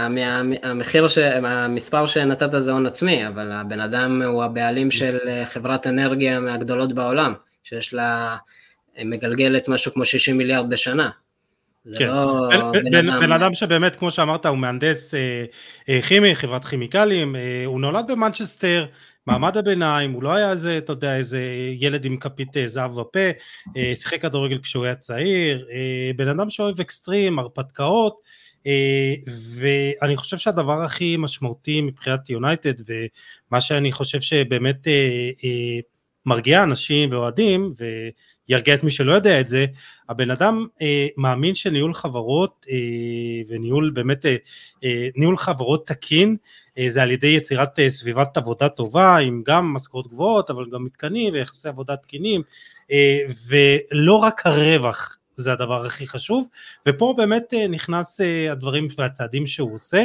המספר שנתת זה הון עצמי, אבל הבן אדם הוא הבעלים של חברת אנרגיה מהגדולות בעולם, שיש לה מגלגלת משהו כמו 60 מיליארד בשנה. כן. בן אדם שבאמת כמו שאמרת הוא מהנדס כימי, חברת כימיקלים, הוא נולד במנצ'סטר, מעמד הביניים, הוא לא היה איזה, אתה יודע, איזה ילד עם כפית זהב בפה, שיחק כדורגל כשהוא היה צעיר, בן אדם שאוהב אקסטרים, הרפתקאות, ואני חושב שהדבר הכי משמעותי מבחינת יונייטד, ומה שאני חושב שבאמת מרגיע אנשים ואוהדים, וירגיע את מי שלא יודע את זה, הבן אדם מאמין שניהול חברות, וניהול באמת, ניהול חברות תקין, זה על ידי יצירת סביבת עבודה טובה, עם גם משכורות גבוהות, אבל גם מתקנים ויחסי עבודה תקינים, ולא רק הרווח, זה הדבר הכי חשוב, ופה באמת נכנס הדברים והצעדים שהוא עושה,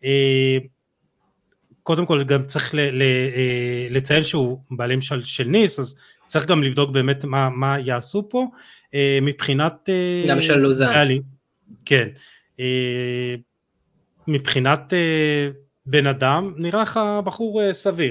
קודם כל גם צריך לציין שהוא בעלים של ניס, אז צריך גם לבדוק באמת מה יעשו פה, מבחינת... גם של לוזן. כן, מבחינת בן אדם, נראה לך בחור סביר.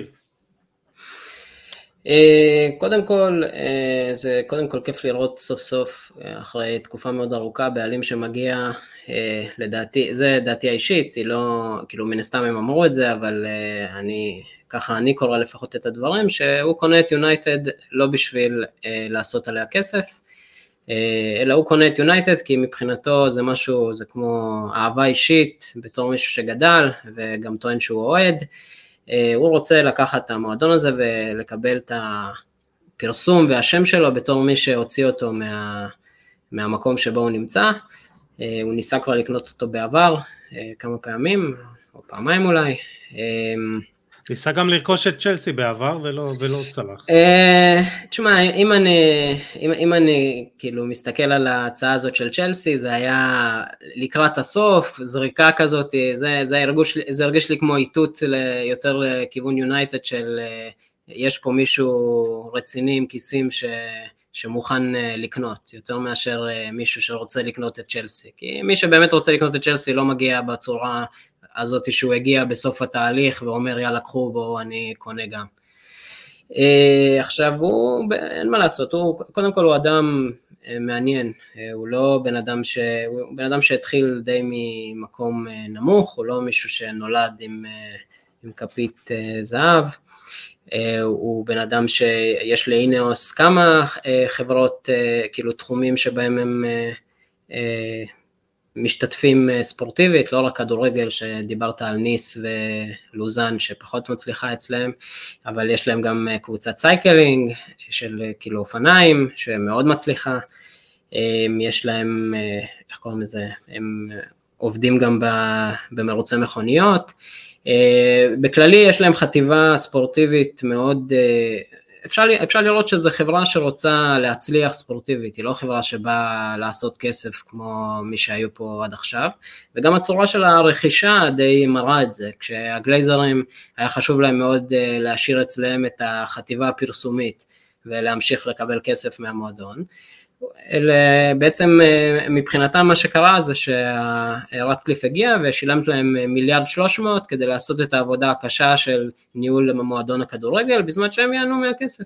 קודם כל כיף לראות סוף סוף, אחרי תקופה מאוד ארוכה, בעלים שמגיע, לדעתי, זה דעתי האישית, היא לא, כאילו מן הסתם הם אמרו את זה, אבל ככה אני קורא לפחות את הדברים, שהוא קונה את יונייטד לא בשביל לעשות עליה כסף, אלא הוא קונה את יונייטד כי מבחינתו זה משהו, זה כמו אהבה אישית, בתור מישהו שגדל, וגם טוען שהוא אוהד, הוא רוצה לקחת את המועדון הזה ולקבל את הפרסום והשם שלו בתור מי שהוציא אותו מהמקום שבו הוא נמצא, הוא ניסה כבר לקנות אותו בעבר כמה פעמים, או פעמיים אולי. ניסה גם לרכוש את צ'לסי בעבר ולא צלח. תשמע, אם אני כאילו מסתכל על ההצעה הזאת של צ'לסי, זה היה לקראת הסוף, זריקה כזאת, זה הרגיש לי כמו איתות יותר לכיוון יונייטד של יש פה מישהו רציני עם כיסים שמוכן לקנות, יותר מאשר מישהו שרוצה לקנות את צ'לסי, כי מי שבאמת רוצה לקנות את צ'לסי לא מגיע בצורה הזאת שהוא הגיע בסוף התהליך ואומר יאללה קחו בו אני קונה גם. עכשיו אין מה לעשות, קודם כל הוא אדם מעניין, הוא לא בן אדם שהתחיל די ממקום נמוך, הוא לא מישהו שנולד עם כפית זהב, הוא בן אדם שיש לאינאוס כמה חברות, כאילו תחומים שבהם הם משתתפים ספורטיבית, לא רק כדורגל שדיברת על ניס ולוזן שפחות מצליחה אצלהם, אבל יש להם גם קבוצת סייקלינג של כאילו אופניים שמאוד מצליחה, יש להם, איך קוראים לזה, הם עובדים גם במרוצי מכוניות, בכללי יש להם חטיבה ספורטיבית מאוד, אפשר לראות שזו חברה שרוצה להצליח ספורטיבית, היא לא חברה שבאה לעשות כסף כמו מי שהיו פה עד עכשיו, וגם הצורה של הרכישה די מראה את זה, כשהגלייזרים היה חשוב להם מאוד להשאיר אצלם את החטיבה הפרסומית, ולהמשיך לקבל כסף מהמועדון, בעצם מבחינתם מה שקרה זה שרטקליף הגיע ושילמת להם 1.3 מיליארד כדי לעשות את העבודה הקשה של ניהול מועדון הכדורגל בזמן שהם יענו מהכסף.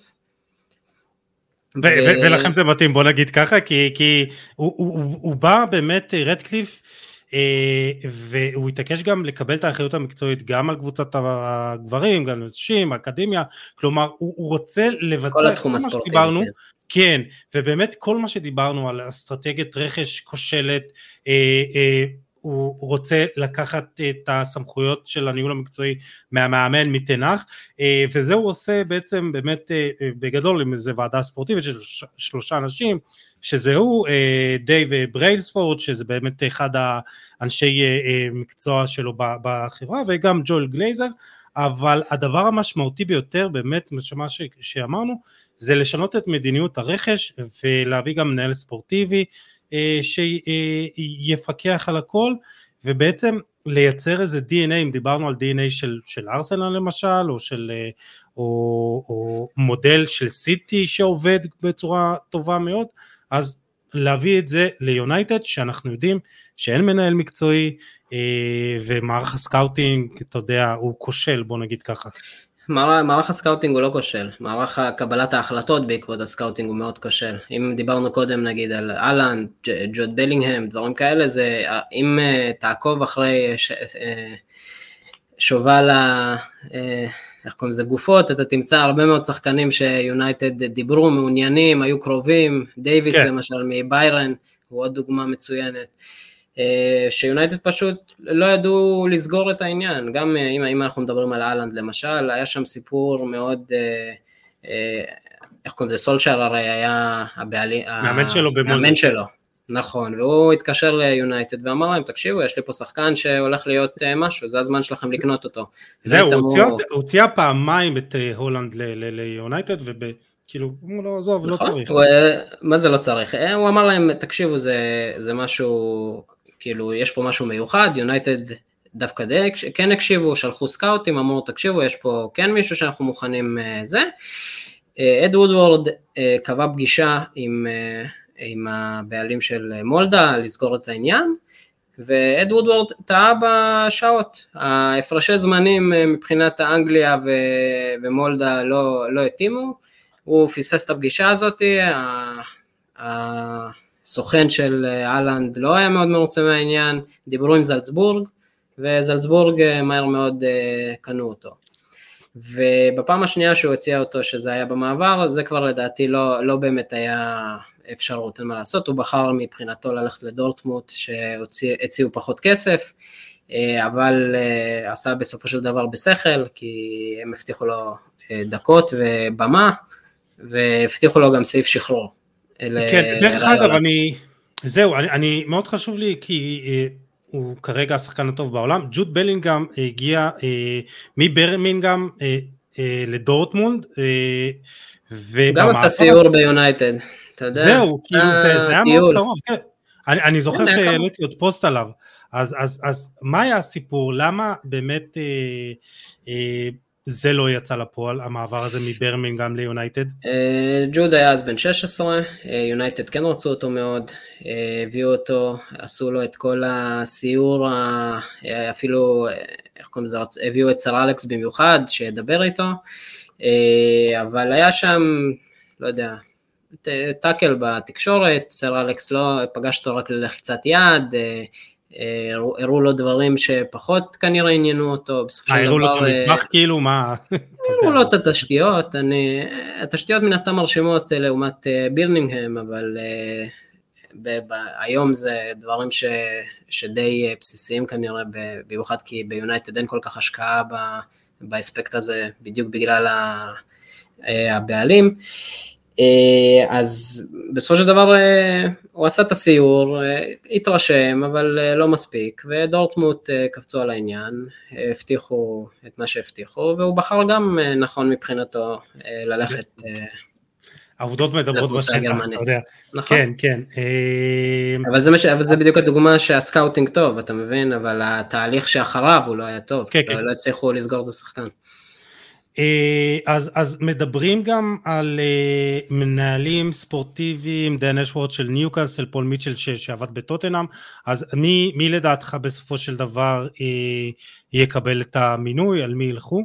ולכם זה מתאים, בוא נגיד ככה, כי הוא בא באמת רטקליף והוא התעקש גם לקבל את האחריות המקצועית גם על קבוצת הגברים, גם נשים, האקדמיה, כלומר הוא רוצה לבצע כל התחום הספורטיבי. כן, ובאמת כל מה שדיברנו על אסטרטגיית רכש כושלת, הוא רוצה לקחת את הסמכויות של הניהול המקצועי מהמאמן מתנח, וזה הוא עושה בעצם באמת בגדול עם איזו ועדה ספורטיבית של 3 אנשים, שזה הוא, דייב בריילספורד, שזה באמת אחד האנשי מקצוע שלו בחברה, וגם ג'ואל גלייזר, אבל הדבר המשמעותי ביותר באמת, מה שאמרנו, זה לשנות את מדיניות הרכש ולהביא גם מנהל ספורטיבי שיפקח על הכל, ובעצם לייצר איזה DNA, אם דיברנו על DNA של ארסנל למשל, או מודל של סיטי שעובד בצורה טובה מאוד, אז להביא את זה ליונייטד, שאנחנו יודעים שאין מנהל מקצועי, ומערך הסקאוטינג, אתה יודע, הוא כושל, בוא נגיד ככה. מערך הסקאוטינג הוא לא כושל, מערך קבלת ההחלטות בעקבות הסקאוטינג הוא מאוד כושל, אם דיברנו קודם נגיד על אלן, ג'וד בלינגהם, דברים כאלה, זה אם תעקוב אחרי שובל, איך קוראים לזה, גופות, אתה תמצא הרבה מאוד שחקנים שיונייטד דיברו, מעוניינים, היו קרובים, דייביס למשל מביירן, הוא עוד דוגמה מצוינת, שיונייטד פשוט לא ידעו לסגור את העניין, גם אם אנחנו מדברים על אהלנד למשל, היה שם סיפור מאוד, איך קוראים לזה, סולשר הרי היה המאמן שלו, נכון, והוא התקשר ליונייטד ואמר להם, תקשיבו, יש לי פה שחקן שהולך להיות משהו, זה הזמן שלכם לקנות אותו. זהו, הוא הוציאה פעמיים את הולנד ליונייטד, כאילו, הוא לא עזוב, לא צריך. מה זה לא צריך? הוא אמר להם, תקשיבו, זה משהו, כאילו, יש פה משהו מיוחד, יונייטד דווקא כן הקשיבו, שלחו סקאוטים, אמרו, תקשיבו, יש פה כן מישהו שאנחנו מוכנים זה. אד וודוורד קבע פגישה עם הבעלים של מולדה, לסגור את העניין, ואד וודוורד טעה בשעות, ההפרשי זמנים מבחינת האנגליה ומולדה לא התאימו, הוא פספס את הפגישה הזאת, הסוכן של אהלנד לא היה מאוד מרוצה מהעניין, דיברו עם זלצבורג, וזלצבורג מהר מאוד קנו אותו. ובפעם השנייה שהוא הציע אותו, שזה היה במעבר, זה כבר לדעתי לא באמת היה אפשרות, אין מה לעשות, הוא בחר מבחינתו ללכת לדורטמוט, שהציעו פחות כסף, אבל עשה בסופו של דבר בשכל, כי הם הבטיחו לו דקות ובמה, והבטיחו לו גם סעיף שחרור. כן, דרך אגב, אני מאוד חשוב לי, כי הוא כרגע השחקן הטוב בעולם, ג'וד בלינגהם הגיע מברמינגהם לדורטמונד, גם עשה סיור ביונייטד, אתה יודע. זהו, כאילו זה היה מאוד קרוב, אני זוכר שהעליתי עוד פוסט עליו, אז מה היה הסיפור, למה באמת זה לא יצא לפועל, המעבר הזה מברמינגהם ליונייטד? ג'וד היה אז בן 16, יונייטד כן רצו אותו מאוד, הביאו אותו, עשו לו את כל הסיור, אפילו, איך קוראים לזה, הביאו את סר אלכס במיוחד, שידבר איתו, אבל היה שם, לא יודע, טאקל בתקשורת, סר אלכס לא פגש אותו רק ללחיצת יד, הראו לו דברים שפחות כנראה עניינו אותו, בסופו של דבר... הראו לו את המטבח כאילו, מה? הראו לו את התשתיות, התשתיות מן הסתם מרשימות לעומת בירמינגהם, אבל היום זה דברים שדי בסיסיים כנראה, במיוחד כי ביונייטד אין כל כך השקעה באספקט הזה, בדיוק בגלל הבעלים. אז בסופו של דבר הוא עשה את הסיור, התרשם, אבל לא מספיק, ודורטמוט קפצו על העניין, הבטיחו את מה שהבטיחו, והוא בחר גם נכון מבחינתו ללכת. העובדות מדברות בשטח, אתה יודע. נכון. כן, כן. אבל זה בדיוק הדוגמה שהסקאוטינג טוב, אתה מבין, אבל התהליך שאחריו הוא לא היה טוב, לא הצליחו לסגור את השחקן. אז מדברים גם על מנהלים ספורטיביים, דן אשוורד של ניוקאסל, פול מיטשל שעבד בטוטנהאם, אז מי לדעתך בסופו של דבר יקבל את המינוי, על מי ילכו?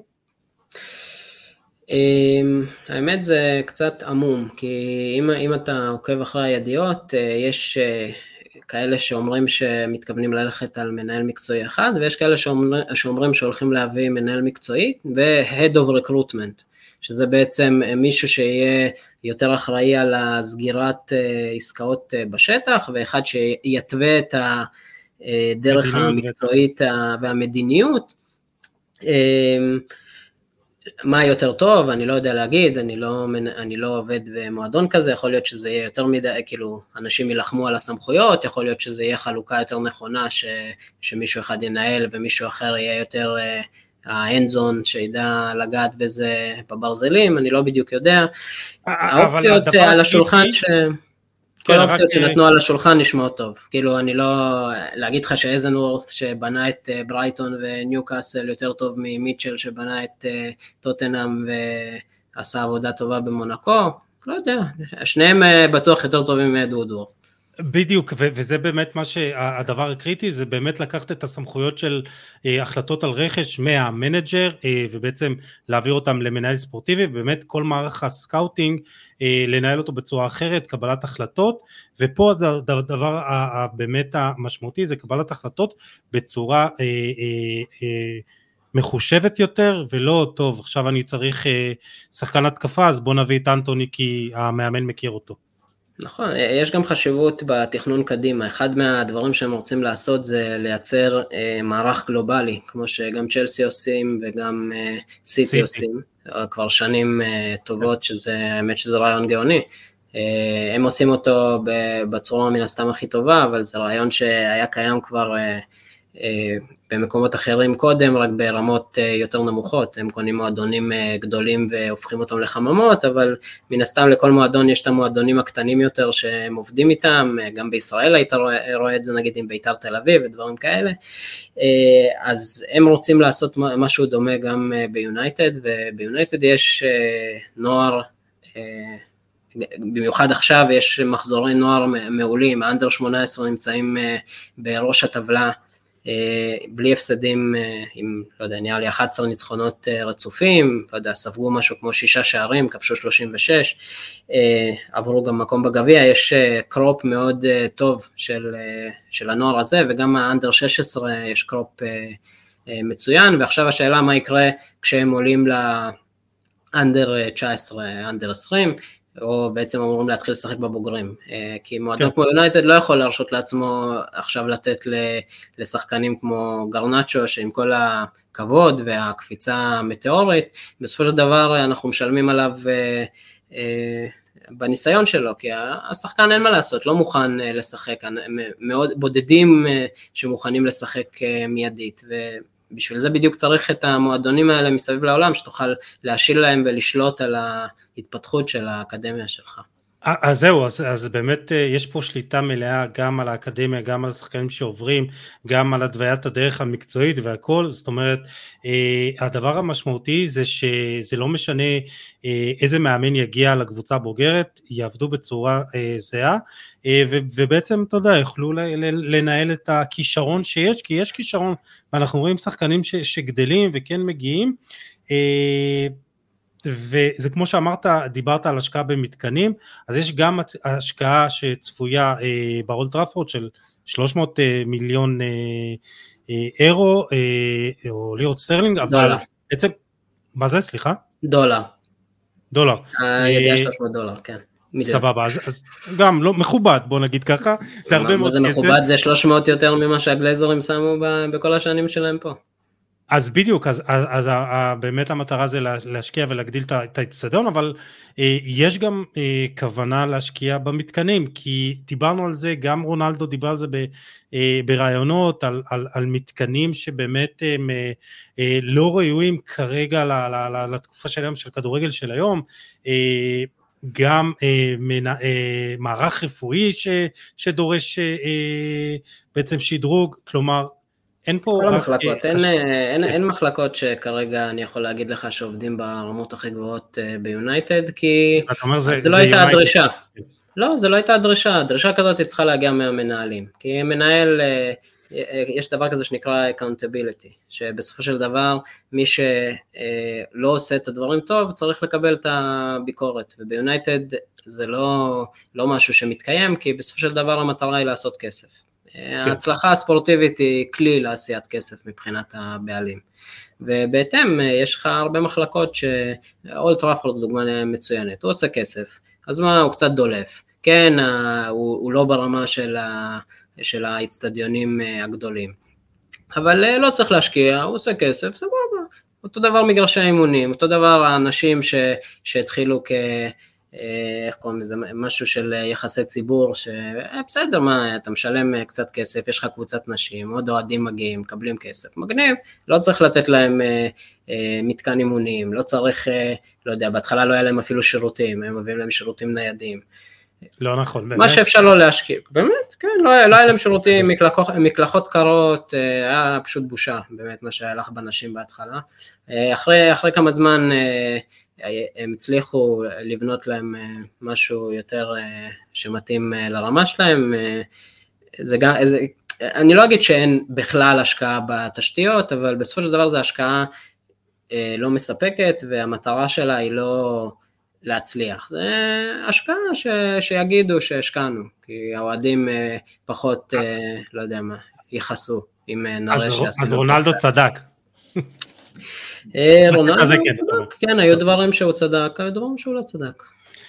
האמת זה קצת עמום, כי אם אתה עוקב אחרי הידיעות, יש כאלה שאומרים שמתכוונים ללכת על מנהל מקצועי אחד, ויש כאלה שאומרים שהולכים להביא מנהל מקצועי, ו-Head of Recruitment, שזה בעצם מישהו שיהיה יותר אחראי על הסגירת עסקאות בשטח, ואחד שיתווה את הדרך המקצועית והמדיניות. מה יותר טוב, אני לא יודע להגיד, אני לא עובד במועדון כזה, יכול להיות שזה יהיה יותר מדי, כאילו, אנשים ילחמו על הסמכויות, יכול להיות שזה יהיה חלוקה יותר נכונה, שמישהו אחד ינהל, ומישהו אחר יהיה יותר האנזון, שידע לגעת בזה בברזלים, אני לא בדיוק יודע. האופציות על השולחן כל האופציות שנתנו על השולחן נשמעות טוב, כאילו אני לא, להגיד לך שאיזנוורת' שבנה את ברייטון וניוקאסל יותר טוב ממיטשל שבנה את טוטנהאם ועשה עבודה טובה במונקו, לא יודע, שניהם בטוח יותר טובים מדודור. בדיוק, וזה באמת מה שהדבר הקריטי, זה באמת לקחת את הסמכויות של החלטות על רכש מהמנג'ר, ובעצם להעביר אותם למנהל ספורטיבי, ובאמת כל מערך הסקאוטינג, לנהל אותו בצורה אחרת, קבלת החלטות, ופה הדבר באמת המשמעותי, זה קבלת החלטות בצורה מחושבת יותר, ולא טוב, עכשיו אני צריך שחקן התקפה, אז בוא נביא את אנטוני, כי המאמן מכיר אותו. נכון, יש גם חשיבות בתכנון קדימה, אחד מהדברים שהם רוצים לעשות זה לייצר מערך גלובלי, כמו שגם צ'לסי עושים וגם סיטי עושים, כבר שנים טובות, האמת שזה רעיון גאוני, הם עושים אותו בצורה מן הסתם הכי טובה, אבל זה רעיון שהיה קיים כבר במקומות אחרים קודם, רק ברמות יותר נמוכות, הם קונים מועדונים גדולים והופכים אותם לחממות, אבל מן הסתם לכל מועדון יש את המועדונים הקטנים יותר שהם עובדים איתם, גם בישראל היית רואה את זה נגיד עם ביתר תל אביב ודברים כאלה, אז הם רוצים לעשות משהו דומה גם ביונייטד, וביונייטד יש נוער, במיוחד עכשיו יש מחזורי נוער מעולים, האנדר 18 נמצאים בראש הטבלה, בלי הפסדים, עם, לא יודע, נראה לי 11 ניצחונות רצופים, לא יודע, ספגו משהו כמו 6 שערים, כבשו 36, עברו גם מקום בגביע, יש קרופ מאוד טוב של הנוער הזה, וגם האנדר 16 יש קרופ מצוין, ועכשיו השאלה מה יקרה כשהם עולים לאנדר 19, אנדר 20, או בעצם אמורים להתחיל לשחק בבוגרים, כי מועדון כמו יונייטד לא יכול להרשות לעצמו עכשיו לתת לשחקנים כמו גרנצ'ו, שעם כל הכבוד והקפיצה המטאורית, בסופו של דבר אנחנו משלמים עליו בניסיון שלו, כי השחקן אין מה לעשות, לא מוכן לשחק, מאוד בודדים שמוכנים לשחק מיידית, ובשביל זה בדיוק צריך את המועדונים האלה מסביב לעולם, שתוכל להשיל להם ולשלוט על ההתפתחות של האקדמיה שלך. אז זהו, אז באמת יש פה שליטה מלאה גם על האקדמיה, גם על השחקנים שעוברים, גם על הדוויית הדרך המקצועית והכל, זאת אומרת, הדבר המשמעותי זה שזה לא משנה איזה מאמן יגיע לקבוצה הבוגרת, יעבדו בצורה זהה, ובעצם, אתה יודע, יוכלו לנהל את הכישרון שיש, כי יש כישרון, ואנחנו רואים שחקנים שגדלים וכן מגיעים, וזה כמו שאמרת, דיברת על השקעה במתקנים, אז יש גם השקעה שצפויה באולד טראפורד של 300 מיליון אירו, או לירות סטרלינג, אבל בעצם, מה זה, סליחה? דולר. דולר. ידיעה 300 דולר, כן. סבבה, אז גם לא מכובד, בוא נגיד ככה, זה הרבה מאוד כסף. מה זה מכובד? זה 300 יותר ממה שהגלייזרים שמו בכל השנים שלהם פה. אז בדיוק, אז באמת המטרה זה להשקיע ולהגדיל את האצטדיון, אבל יש גם כוונה להשקיע במתקנים, כי דיברנו על זה, גם רונלדו דיבר על זה ברעיונות, על מתקנים שבאמת הם לא ראויים כרגע לתקופה של היום, של כדורגל של היום, גם מערך רפואי שדורש בעצם שדרוג, כלומר, אין פה כל המחלקות, אין מחלקות שכרגע אני יכול להגיד לך שעובדים ברמות הכי גבוהות ביונייטד, כי זה לא הייתה הדרישה. לא, זה לא הייתה הדרישה, הדרישה כזאת צריכה להגיע מהמנהלים, כי מנהל, יש דבר כזה שנקרא accountability, שבסופו של דבר מי שלא עושה את הדברים טוב צריך לקבל את הביקורת, וביונייטד זה לא משהו שמתקיים, כי בסופו של דבר המטרה היא לעשות כסף. ההצלחה הספורטיבית היא כלי לעשיית כסף מבחינת הבעלים, ובהתאם יש לך הרבה מחלקות שאולד טראפורד דוגמה מצוינת, הוא עושה כסף, אז מה, הוא קצת דולף, כן, הוא לא ברמה של האצטדיונים הגדולים, אבל לא צריך להשקיע, הוא עושה כסף, סבבה, אותו דבר מגרשי האימונים, אותו דבר האנשים שהתחילו איך קוראים לזה, משהו של יחסי ציבור, שבסדר, מה, אתה משלם קצת כסף, יש לך קבוצת נשים, עוד אוהדים מגיעים, מקבלים כסף, מגניב, לא צריך לתת להם מתקן אימונים, לא צריך, לא יודע, בהתחלה לא היה להם אפילו שירותים, הם מביאים להם שירותים ניידים. לא נכון, באמת. מה שאפשר לא להשקיע, באמת, כן, לא היה להם שירותים, מקלחות קרות, היה פשוט בושה, באמת, מה שהיה לך בנשים בהתחלה. אחרי כמה זמן, הם הצליחו לבנות להם משהו יותר שמתאים לרמה שלהם, אני לא אגיד שאין בכלל השקעה בתשתיות, אבל בסופו של דבר זה השקעה לא מספקת, והמטרה שלה היא לא להצליח, זה השקעה שיגידו שהשקענו, כי האוהדים פחות, לא יודע מה, יחסו, אם נראה שעשינו. אז רונלדו צדק. רונלדו צדק, כן, היו דברים שהוא צדק, היו דברים שהוא לא צדק.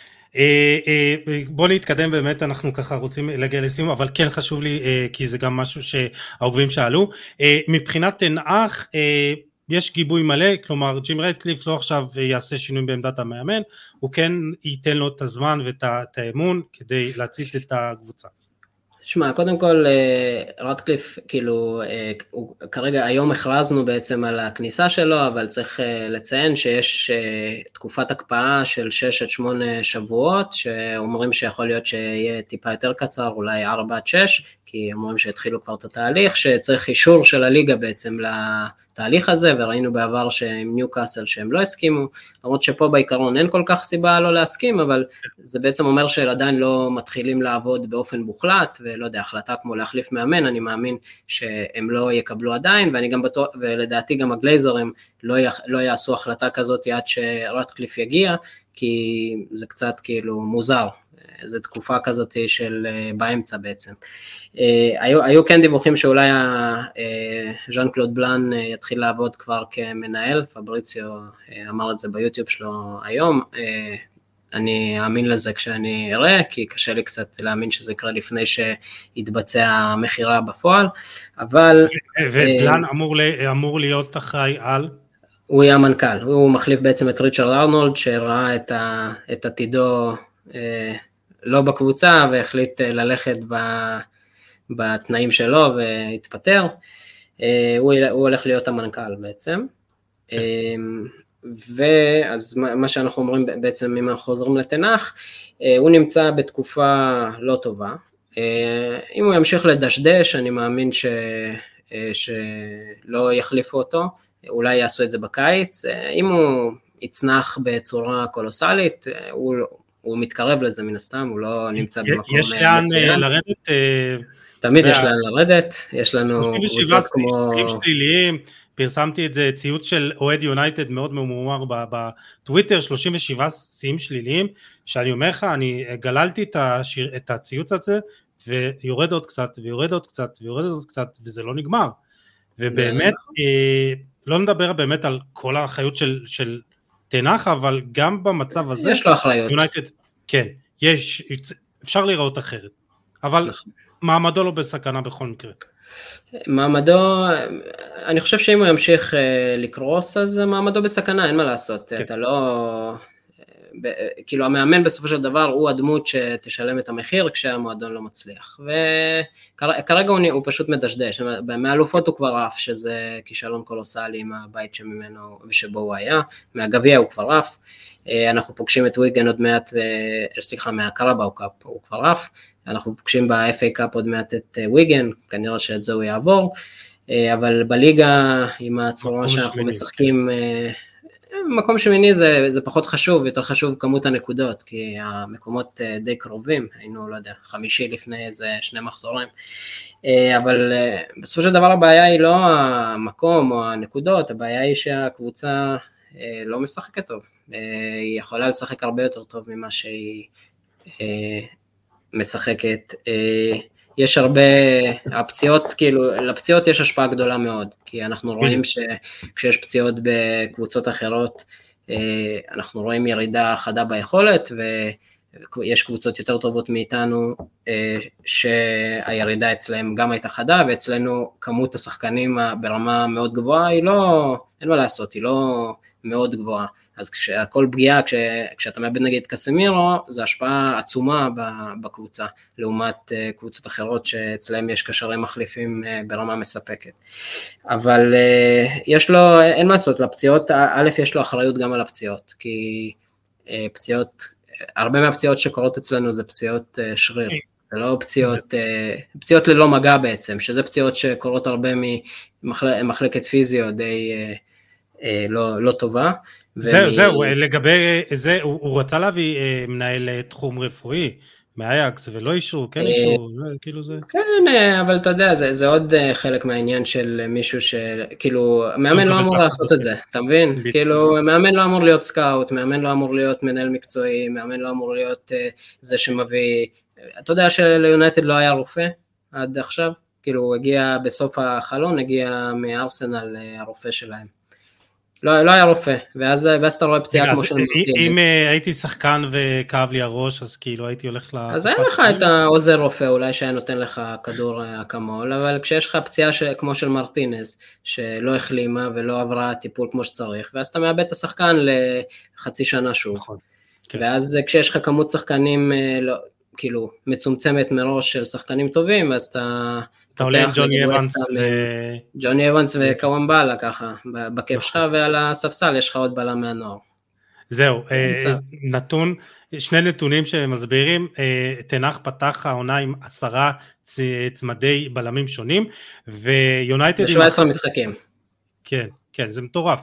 בוא נתקדם, באמת אנחנו ככה רוצים להגיע לסיום, אבל כן חשוב לי, כי זה גם משהו שהעוקבים שאלו, מבחינת תנאך, יש גיבוי מלא, כלומר ג'ים רטקליף לא עכשיו יעשה שינוי בעמדת המאמן, הוא כן ייתן לו את הזמן ואת האמון כדי להצית את הקבוצה. שמע, קודם כל רטקליף, כאילו, כרגע היום הכרזנו בעצם על הכניסה שלו, אבל צריך לציין שיש תקופת הקפאה של 6 עד 8 שבועות, שאומרים שיכול להיות שיהיה טיפה יותר קצר, אולי 4 עד 6, כי אומרים שהתחילו כבר את התהליך, שצריך אישור של הליגה בעצם לתהליך הזה, וראינו בעבר שעם ניוקאסל שהם לא הסכימו, למרות שפה בעיקרון אין כל כך סיבה לא להסכים, אבל זה בעצם אומר שעדיין לא מתחילים לעבוד באופן מוחלט, ולא יודע, החלטה כמו להחליף מאמן, אני מאמין שהם לא יקבלו עדיין, ולדעתי גם הגלייזרים לא יעשו החלטה כזאת עד שרטקליף יגיע, כי זה קצת כאילו מוזר, זו תקופה כזאת של באמצע בעצם. היו כן דיווחים שאולי ז'אן קלוד בלאן יתחיל לעבוד כבר כמנהל, פבריציו אמר את זה ביוטיוב שלו היום, אני אאמין לזה כשאני אראה, כי קשה לי קצת להאמין שזה יקרה לפני שיתבצע המחירה בפועל, אבל... ובלאן אמור להיות אחראי על? הוא יהיה המנכ"ל, הוא מחליף בעצם את ריצ'רד ארנולד, שראה את עתידו לא בקבוצה, והחליט ללכת בתנאים שלו והתפטר, הוא הולך להיות המנכ"ל בעצם, ואז מה שאנחנו אומרים בעצם, אם אנחנו חוזרים לתנ"ך, הוא נמצא בתקופה לא טובה, אם הוא ימשיך לדשדש, אני מאמין שלא יחליפו אותו, אולי יעשו את זה בקיץ, אם הוא יצנח בצורה קולוסלית, הוא מתקרב לזה מן הסתם, הוא לא נמצא במקום מצוין. יש לאן לרדת? תמיד יש לאן לרדת, יש לנו קבוצות כמו... שליליים, פרסמתי את זה, ציוץ של אוהד יונייטד מאוד ממומר בטוויטר, 37 שיאים שליליים, שאני אומר לך, אני גללתי את הציוץ הזה, ויורד עוד קצת, ויורד עוד קצת, ויורד עוד קצת, וזה לא נגמר. ובאמת, לא נדבר באמת על כל האחריות של תנ"ך, אבל גם במצב הזה, יש לו אחריות. יונייטד, כן, אפשר לראות אחרת, אבל מעמדו לא בסכנה בכל מקרה. מעמדו, אני חושב שאם הוא ימשיך לקרוס, אז מעמדו בסכנה, אין מה לעשות, אתה לא, כאילו המאמן בסופו של דבר הוא הדמות שתשלם את המחיר כשהמועדון לא מצליח, וכרגע הוא פשוט מדשדש, מהאלופות הוא כבר עף, שזה כישלון קולוסלי עם הבית שממנו ושבו הוא היה, מהגביע הוא כבר עף, אנחנו פוגשים את וויגן עוד מעט, סליחה, מהקרבאו קאפ הוא כבר עף, אנחנו פוגשים ב-FA קאפ עוד מעט את וויגן, כנראה שאת זה הוא יעבור, אבל בליגה עם הצורה שאנחנו משחקים, מקום שמיני זה פחות חשוב, יותר חשוב כמות הנקודות, כי המקומות די קרובים, היינו, לא יודע, 5 לפני איזה 2 מחזורים, אבל בסופו של דבר הבעיה היא לא המקום או הנקודות, הבעיה היא שהקבוצה לא משחקת טוב, היא יכולה לשחק הרבה יותר טוב ממה שהיא משחקת, יש הרבה, הפציעות, כאילו, לפציעות יש השפעה גדולה מאוד, כי אנחנו רואים שכשיש פציעות בקבוצות אחרות, אנחנו רואים ירידה חדה ביכולת, ויש קבוצות יותר טובות מאיתנו, שהירידה אצלהם גם הייתה חדה, ואצלנו כמות השחקנים ברמה מאוד גבוהה, היא לא, אין מה לעשות, היא לא מאוד גבוהה, אז כל פגיעה, כשאתה מאבד נגיד קסמירו, זו השפעה עצומה בקבוצה, לעומת קבוצות אחרות שאצלהם יש קשרי מחליפים ברמה מספקת. אבל יש לו, אין מה לעשות, לפציעות, א' יש לו אחריות גם על הפציעות, כי פציעות, הרבה מהפציעות שקורות אצלנו זה פציעות שריר, זה לא פציעות ללא מגע בעצם, שזה פציעות שקורות הרבה ממחלקת פיזיו די לא טובה. זהו, לגבי זה, הוא רצה להביא מנהל תחום רפואי, מאייקס, ולא אישור, כן אישור, כאילו זה. כן, אבל אתה יודע, זה עוד חלק מהעניין של מישהו כאילו, מאמן לא אמור לעשות את זה, אתה מבין? כאילו, מאמן לא אמור להיות סקאוט, מאמן לא אמור להיות מנהל מקצועי, מאמן לא אמור להיות זה שמביא, אתה יודע שליונייטד לא היה רופא עד עכשיו? כאילו, הוא הגיע בסוף החלון, הגיע מארסנל הרופא שלהם. לא היה רופא, ואז אתה רואה פציעה כמו של מרטינז. אם הייתי שחקן וכאב לי הראש, אז כאילו הייתי הולך אז היה לך את העוזר רופא, אולי שהיה נותן לך כדור אקמול, אבל כשיש לך פציעה כמו של מרטינז, שלא החלימה ולא עברה טיפול כמו שצריך, ואז אתה מאבד את השחקן לחצי שנה שוב. ואז כשיש לך כמות שחקנים, כאילו, מצומצמת מראש של שחקנים טובים, אז אתה עולה עם ג'וני אבנס וקוואמבאלה ככה, בכיף שלך, ועל הספסל יש לך עוד בלם מהנוער. זהו, שני נתונים שמסבירים, תנח פתח העונה עם 10 צמדי בלמים שונים, ויונייטד... 17 משחקים. כן, זה מטורף.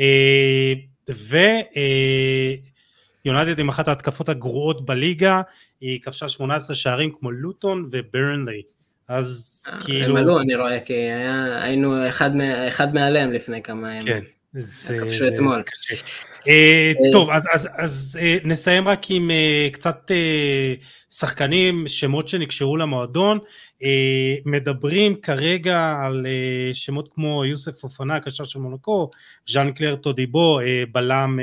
ויונייטד עם אחת ההתקפות הגרועות בליגה, היא כבשה 18 שערים כמו לוטון וברנלי. אז כאילו... הם עלו, אני רואה, כי היינו אחד מעליהם לפני כמה ימים. כן, זה קשה. טוב, אז נסיים רק עם קצת שחקנים, שמות שנקשרו למועדון, מדברים כרגע על שמות כמו יוסף פופנה, קשר של מונקו, ז'אן קלר טודיבו, בלם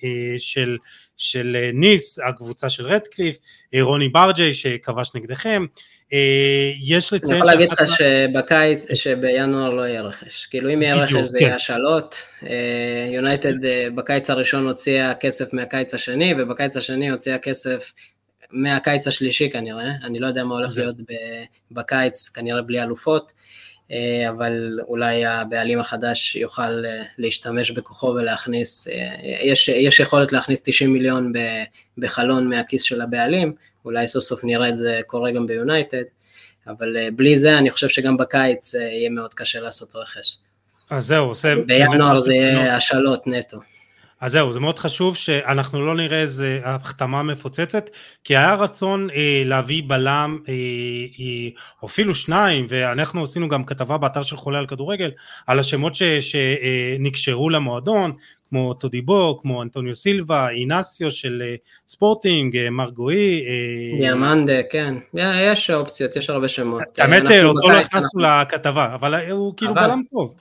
של ניס, הקבוצה של רדקליף, רוני ברג'י שכבש נגדכם, יש לציין... אני יכול להגיד לך שבקיץ, שבינואר לא יהיה רכש, כאילו אם יהיה רכש זה יהיה השאלות, יונייטד בקיץ הראשון הוציאה כסף מהקיץ השני, ובקיץ השני הוציאה כסף מהקיץ השלישי כנראה, אני לא יודע מה הולך להיות בקיץ, כנראה בלי אלופות, אבל אולי הבעלים החדש יוכל להשתמש בכוחו ולהכניס, יש יכולת להכניס 90 מיליון בחלון מהכיס של הבעלים, אולי סוף סוף נראה את זה קורה גם ביונייטד, אבל בלי זה אני חושב שגם בקיץ יהיה מאוד קשה לעשות רכש. אז זהו, בינואר זה יהיה השאלות נטו. אז זהו, זה מאוד חשוב שאנחנו לא נראה איזה החתמה מפוצצת, כי היה רצון להביא בלם, או אפילו 2, ואנחנו עשינו גם כתבה באתר של חולה על כדורגל, על השמות שנקשרו למועדון, כמו טודיבו, כמו אנטוניו סילבה, אינסיו של ספורטינג, מרגואי. דיאמנדה, כן. יש אופציות, יש הרבה שמות. האמת, אותו לא הכנסנו לכתבה, אבל הוא כאילו בלם טוב.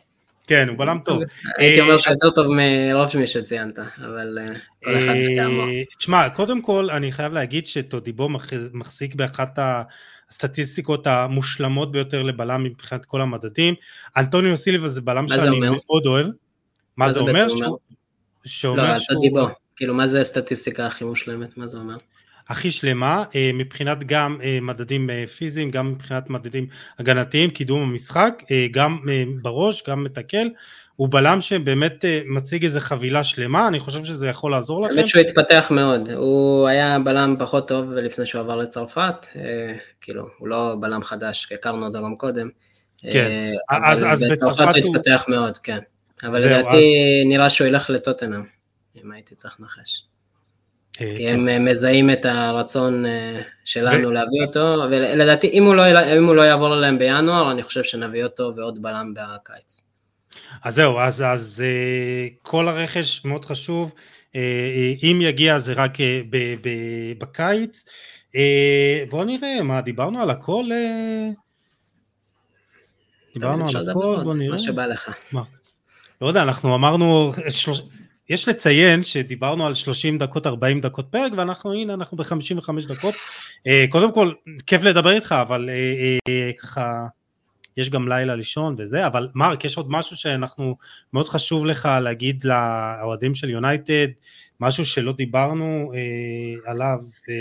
כן, הוא בלם טוב. הייתי אומר שיותר טוב מרוב מי שציינת, אבל כל אחד בטעמו. תשמע, קודם כל אני חייב להגיד שטודיבו מחזיק באחת הסטטיסטיקות המושלמות ביותר לבלם מבחינת כל המדדים. אנטוניו סילבה זה בלם שאני מאוד אוהב. מה זה אומר? לא, טודיבו, כאילו מה זה הסטטיסטיקה הכי מושלמת, מה זה אומר? הכי שלמה, מבחינת גם מדדים פיזיים, גם מבחינת מדדים הגנתיים, קידום המשחק, גם בראש, גם מתקל, הוא בלם שבאמת מציג איזו חבילה שלמה, אני חושב שזה יכול לעזור לכם. האמת שהוא התפתח מאוד, הוא היה בלם פחות טוב לפני שהוא עבר לצרפת, כאילו הוא לא בלם חדש, הכרנו אותו גם קודם, כן, אז בצרפת הוא התפתח מאוד, כן, אבל לדעתי נראה שהוא ילך לטוטנהאם, אם הייתי צריך לנחש. כי הם מזהים את הרצון שלנו להביא אותו, ולדעתי אם הוא לא יעבור להם בינואר, אני חושב שנביא אותו ועוד בלם בקיץ. אז זהו, אז כל הרכש מאוד חשוב, אם יגיע זה רק בקיץ, בואו נראה, מה, דיברנו על הכל? דיברנו על הכל, בואו נראה. מה שבא לך. לא יודע, אנחנו אמרנו, יש לציין שדיברנו על 30 דקות, 40 דקות פרק, הנה אנחנו ב-55 דקות, קודם כל, כיף לדבר איתך, אבל ככה, יש גם לילה לישון וזה, אבל מרק, יש עוד משהו שאנחנו, מאוד חשוב לך להגיד לאוהדים של יונייטד, משהו שלא דיברנו עליו.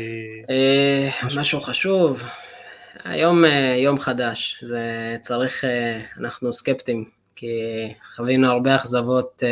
משהו חשוב, היום יום חדש, זה צריך, אנחנו סקפטים, כי חווינו הרבה אכזבות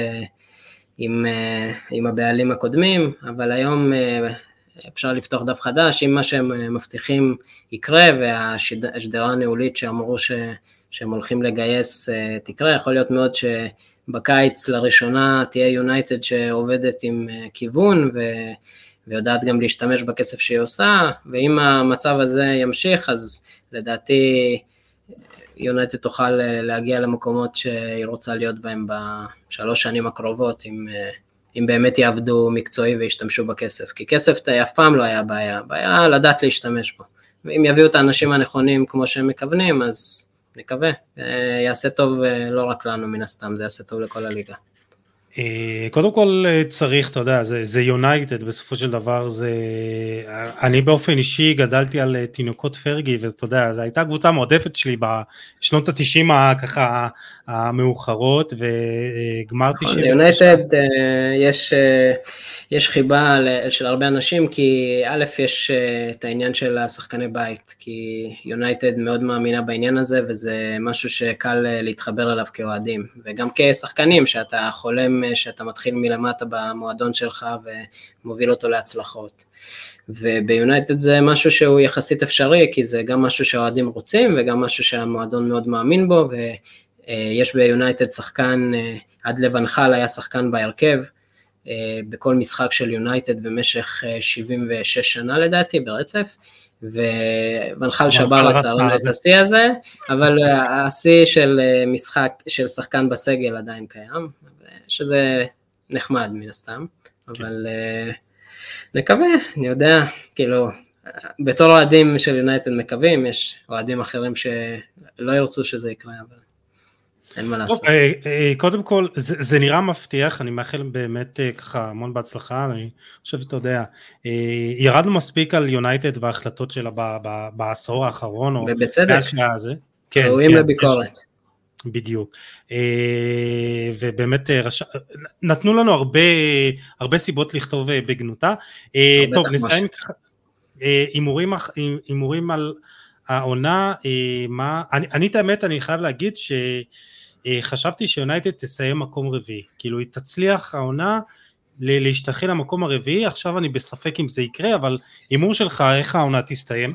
עם הבעלים הקודמים, אבל היום אפשר לפתוח דף חדש, אם מה שהם מבטיחים יקרה, והשדרה הניהולית שאמרו שהם הולכים לגייס תקרה, יכול להיות מאוד שבקיץ לראשונה תהיה יונייטד שעובדת עם כיוון, ויודעת גם להשתמש בכסף שהיא עושה, ואם המצב הזה ימשיך, אז לדעתי יונייטד תוכל להגיע למקומות שהיא רוצה להיות בהם בשלוש שנים הקרובות, אם באמת יעבדו מקצועי וישתמשו בכסף, כי כסף אף פעם לא היה בעיה לדעת להשתמש בו, ואם יביאו את האנשים הנכונים כמו שהם מכוונים, אז נקווה, יעשה טוב לא רק לנו מן הסתם, זה יעשה טוב לכל הליגה. קודם כל צריך, אתה יודע, זה יונייטד, בסופו של דבר אני באופן אישי גדלתי על תינוקות פרגי, ואתה יודע, זו הייתה קבוצה מועדפת שלי בשנות ה-90 ככה המאוחרות, וגמרתי יונייטד יש חיבה של הרבה אנשים, כי א' יש את העניין של השחקני בית, כי יונייטד מאוד מאמינה בעניין הזה, וזה משהו שקל להתחבר אליו כאוהדים, וגם כשחקנים שאתה חולם שאתה מתחיל מלמטה במועדון שלך ומוביל אותו להצלחות. וביונייטד זה משהו שהוא יחסית אפשרי, כי זה גם משהו שהאוהדים רוצים, וגם משהו שהמועדון מאוד מאמין בו, ויש ביונייטד שחקן, עד לבנחל היה שחקן בהרכב, בכל משחק של יונייטד במשך 76 שנה לדעתי ברצף, ובנחל שבר לצערנו את השיא הזה, אבל השיא של משחק של שחקן בסגל עדיין קיים, שזה נחמד מן הסתם, אבל נקווה, אני יודע, כאילו, בתור אוהדים של יונייטד מקווים, יש אוהדים אחרים שלא ירצו שזה יקרה, אבל אין מה לעשות. קודם כל, זה נראה מבטיח, אני מאחל באמת ככה המון בהצלחה, אני חושב שאתה יודע, ירדנו מספיק על יונייטד וההחלטות שלה בעשור האחרון, ובצדק, כן, ראויים לביקורת. בדיוק, ובאמת נתנו לנו הרבה סיבות לכתוב בגנותה. טוב, נסיים ככה, הימורים על העונה, אני את האמת, אני חייב להגיד שחשבתי שיונייטד תסיים מקום רביעי, כאילו היא תצליח העונה להשתחל למקום הרביעי, עכשיו אני בספק אם זה יקרה, אבל הימור שלך, איך העונה תסתיים?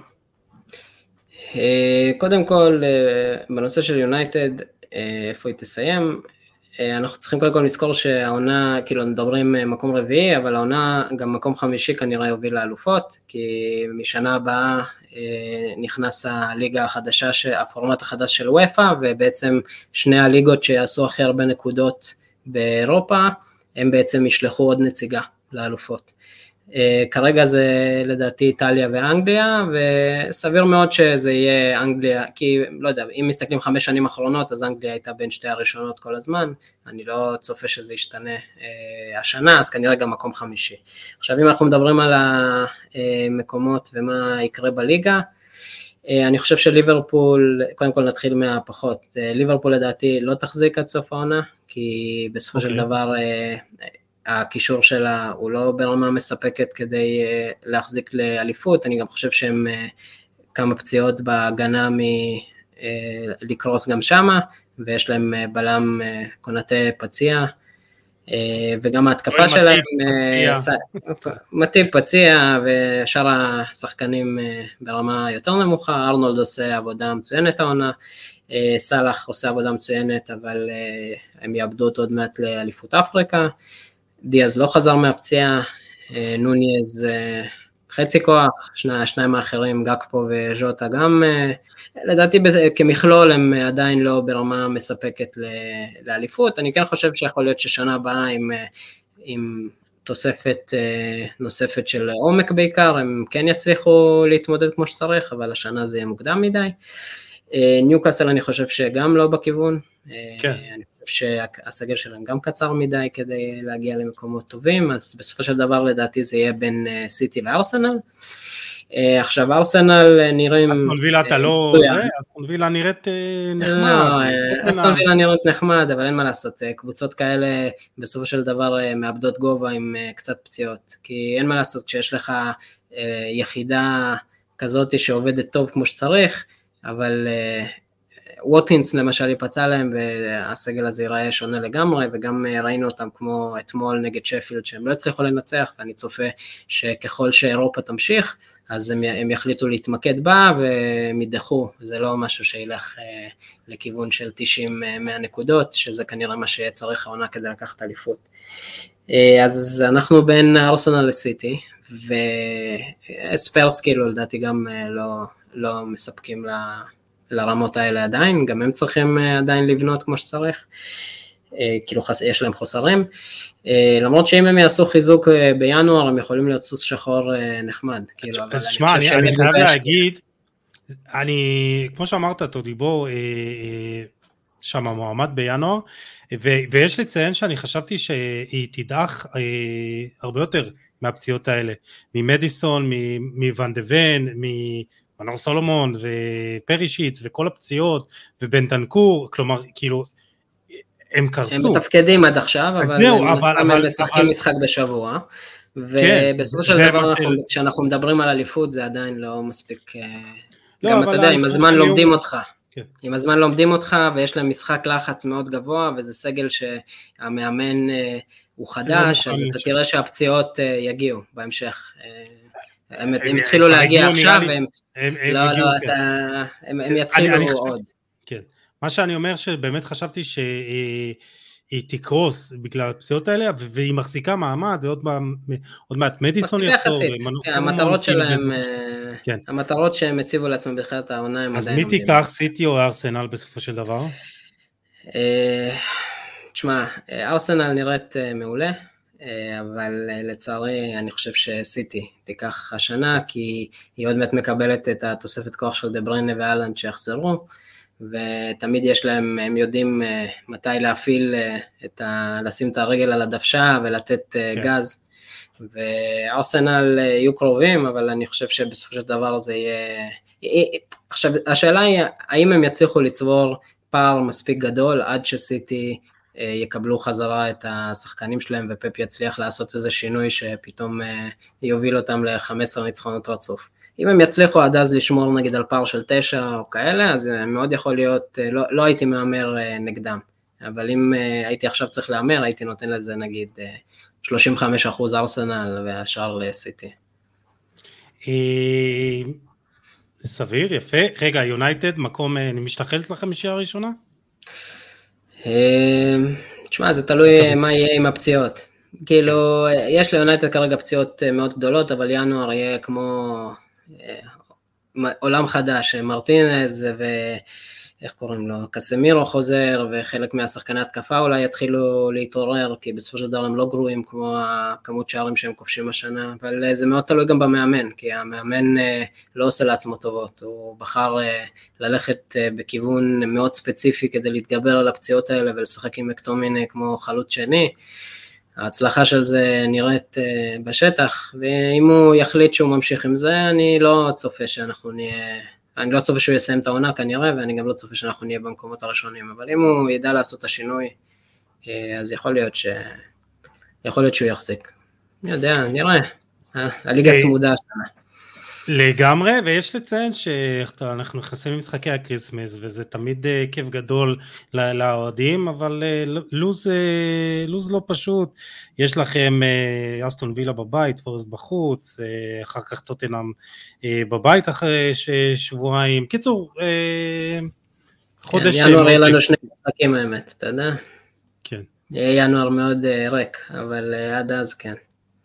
קודם כל, בנושא של יונייטד, איפה היא תסיים, אנחנו צריכים קודם כל לזכור שהעונה, כאילו מדברים מקום רביעי, אבל העונה גם מקום חמישי כנראה יוביל לאלופות, כי משנה הבאה נכנס הליגה החדשה, הפורמט החדש של וופא, ובעצם שני הליגות שיעשו הכי הרבה נקודות באירופה, הם בעצם ישלחו עוד נציגה לאלופות. כרגע זה לדעתי איטליה ואנגליה, וסביר מאוד שזה יהיה אנגליה, כי לא יודע, אם מסתכלים 5 שנים אחרונות, אז אנגליה הייתה בין 2 הראשונות כל הזמן, אני לא צופה שזה ישתנה השנה, אז כנראה גם מקום 5. עכשיו אם אנחנו מדברים על המקומות ומה יקרה בליגה, אני חושב שליברפול, קודם כל נתחיל מהפחות, ליברפול לדעתי לא תחזיק עד סוף העונה, כי בסופו של דבר הקישור שלה הוא לא ברמה מספקת כדי להחזיק לאליפות, אני גם חושב שהם כמה פציעות בהגנה לקרוס גם שמה, ויש להם בלם קונטה פציע, וגם ההתקפה שלהם, מטיב פציע, ושאר השחקנים ברמה יותר נמוכה, ארנולד עושה עבודה מצוינת העונה, סלאח עושה עבודה מצוינת, אבל הם יאבדו אותו עוד מעט לאליפות אפריקה, דיאז לא חזר מהפציעה, נוניז חצי כוח, שניים האחרים, גאקפו וז'וטה גם, לדעתי כמכלול הם עדיין לא ברמה מספקת לאליפות, אני כן חושב שיכול להיות ששנה הבאה עם תוספת נוספת של עומק בעיקר, הם כן יצליחו להתמודד כמו שצריך, אבל השנה זה יהיה מוקדם מדי. ניוקאסל אני חושב שגם לא בכיוון, אני חושב שהסגל שלהם גם קצר מדי כדי להגיע למקומות טובים, אז בסופו של דבר לדעתי זה יהיה בין סיטי לארסנל. עכשיו ארסנל נראים... אסטון וילה אתה לא זה? אסטון וילה נראית נחמד. אסטון וילה נראית נחמד, אבל אין מה לעשות, קבוצות כאלה בסופו של דבר מאבדות גובה עם קצת פציעות, כי אין מה לעשות כשיש לך יחידה כזאת שעובדת טוב כמו שצריך, אבל ווטינס למשל ייפצע להם והסגל הזה ייראה שונה לגמרי, וגם ראינו אותם כמו אתמול נגד שפילד שהם לא הצליחו לנצח, ואני צופה שככל שאירופה תמשיך, אז הם יחליטו להתמקד בה והם ידחו, זה לא משהו שילך לכיוון של 90-100 נקודות, שזה כנראה מה שצריך העונה כדי לקחת אליפות. אז אנחנו בין ארסנל לסיטי, וספרס כאילו לדעתי גם לא מספקים לרמות האלה עדיין, גם הם צריכים עדיין לבנות כמו שצריך, כאילו יש להם חוסרים, למרות שאם הם יעשו חיזוק בינואר, הם יכולים להיות סוס שחור נחמד, כאילו, אבל תשמע, אני חייב להגיד, כמו שאמרת, תודיבו, שם מועמד בינואר, ויש לציין שאני חשבתי שהיא תדעך הרבה יותר מהפציעות האלה, ממדיסון, מוון דוון, מנור סולומון ופרישיץ וכל הפציעות ובנטנקור, כלומר כאילו הם קרסו. הם מתפקדים עד עכשיו, אבל הם משחקים משחק בשבוע, ובסופו של דבר כשאנחנו מדברים על אליפות זה עדיין לא מספיק, גם אתה יודע, עם הזמן לומדים אותך. עם הזמן לומדים אותך ויש להם משחק לחץ מאוד גבוה, וזה סגל שהמאמן הוא חדש, אז אתה תראה שהפציעות יגיעו בהמשך. הם התחילו להגיע עכשיו, הם יתחילו עוד. כן, מה שאני אומר שבאמת חשבתי שהיא תקרוס בגלל הפציעות האלה, והיא מחזיקה מעמד, ועוד מעט מדיסון יחזור. המטרות שהם הציבו לעצמם בתחילת העונה, אז מי תיקח, סיטי או ארסנל בסופו של דבר? תשמע, ארסנל נראית מעולה, אבל לצערי אני חושב שסיטי תיקח השנה, כי היא עוד מעט מקבלת את התוספת כוח של דבריינה ואלנד שיחזרו, ותמיד יש להם, הם יודעים מתי להפעיל, לשים את הרגל על הדוושה ולתת גז, וארסנל יהיו קרובים, אבל אני חושב שבסופו של דבר זה יהיה, עכשיו השאלה היא, האם הם יצליחו לצבור פער מספיק גדול, עד שסיטי יקבלו חזרה את השחקנים שלהם, ופפ יצליח לעשות איזה שינוי שפתאום יוביל אותם ל-15 ניצחונות רצוף. אם הם יצליחו עד אז לשמור נגיד על פער של 9 או כאלה, אז מאוד יכול להיות, לא הייתי מאמר נגדם, אבל אם הייתי עכשיו צריך לאמר, הייתי נותן לזה נגיד 35% ארסנל והשאר לסיטי. סביר, יפה. רגע, יונייטד, מקום, אני משתחלת לחמישייה הראשונה? תשמע, זה תלוי מה יהיה עם הפציעות. כאילו, יש ליונייטד כרגע פציעות מאוד גדולות, אבל ינואר יהיה כמו עולם חדש, מרטינז איך קוראים לו, קסמירו חוזר, וחלק מהשחקני התקפה אולי יתחילו להתעורר, כי בסופו של דבר הם לא גרועים כמו הכמות שערים שהם כובשים השנה, אבל זה מאוד תלוי גם במאמן, כי המאמן לא עושה לעצמו טובות, הוא בחר ללכת בכיוון מאוד ספציפי כדי להתגבר על הפציעות האלה, ולשחק עם מקטומיני כמו חלוץ שני, ההצלחה של זה נראית בשטח, ואם הוא יחליט שהוא ממשיך עם זה, אני לא צופה שאנחנו נהיה, אני לא צופה שהוא יסיים את העונה כנראה, ואני גם לא צופה שאנחנו נהיה במקומות הראשונים, אבל אם הוא ידע לעשות את השינוי, אז יכול להיות שהוא יחזיק. אני יודע, נראה, הליגה צמודה השנה. לגמרי, ויש לציין שאנחנו נכנסים למשחקי הקריסמס, וזה תמיד כיף גדול לאוהדים, אבל לוז לא פשוט, יש לכם אסטון וילה בבית, פורסט בחוץ, אחר כך טוטנהאם בבית אחרי שבועיים, קיצור, חודש... ינואר יהיה לנו שני משחקים האמת, אתה יודע? כן. יהיה ינואר מאוד ריק, אבל עד אז כן.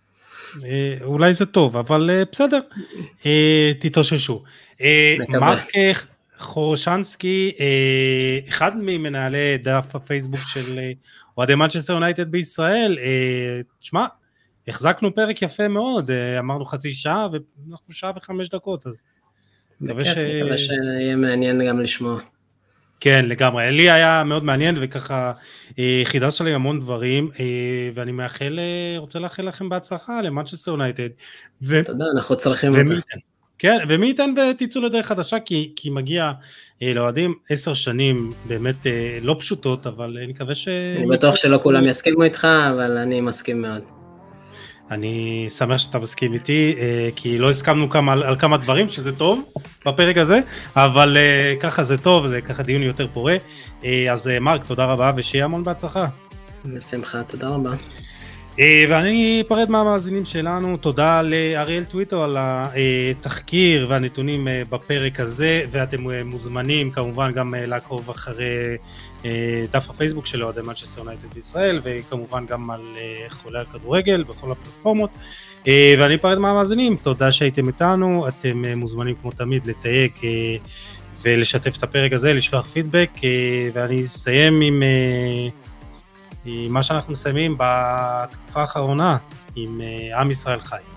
אולי זה טוב, אבל בסדר, תתאוששו. מרק חורשנסקי, אחד ממנהלי דף הפייסבוק של אוהדי מנצ'סטר יונייטד בישראל, תשמע, החזקנו פרק יפה מאוד, אמרנו חצי שעה, ואנחנו שעה ו5 דקות, אז מקווה שיהיה מעניין גם לשמוע. כן, לגמרי, לי היה מאוד מעניין, וככה חידשת לי המון דברים, ואני רוצה לאחל לכם בהצלחה למנצ'סטר יונייטד. תודה, אנחנו צריכים אותה. כן, ומי ייתן ותצאו לדרך חדשה, כי מגיע לאוהדים 10 שנים, באמת לא פשוטות, אבל אני מקווה אני בטוח שלא כולם יסכימו איתך, אבל אני מסכים מאוד. אני שמח שאתה מסכים איתי, כי לא הסכמנו על כמה דברים, שזה טוב בפרק הזה, אבל ככה זה טוב, זה ככה דיון יותר פורה. אז מרק, תודה רבה, ושיהיה המון בהצלחה. בשמחה, תודה רבה. ואני אפרד מהמאזינים שלנו, תודה לאריאל טוויטו על התחקיר והנתונים בפרק הזה, ואתם מוזמנים כמובן גם לעקוב אחרי דף הפייסבוק של אוהדי מנצ'סטר יונייטד בישראל, וכמובן גם על חולה על כדורגל בכל הפלטפורמות. ואני אפרד מהמאזינים, תודה שהייתם איתנו, אתם מוזמנים כמו תמיד לתייג ולשתף את הפרק הזה, לשלוח פידבק, ואני אסיים עם מה שאנחנו מסיימים בתקופה האחרונה, עם עם ישראל חי.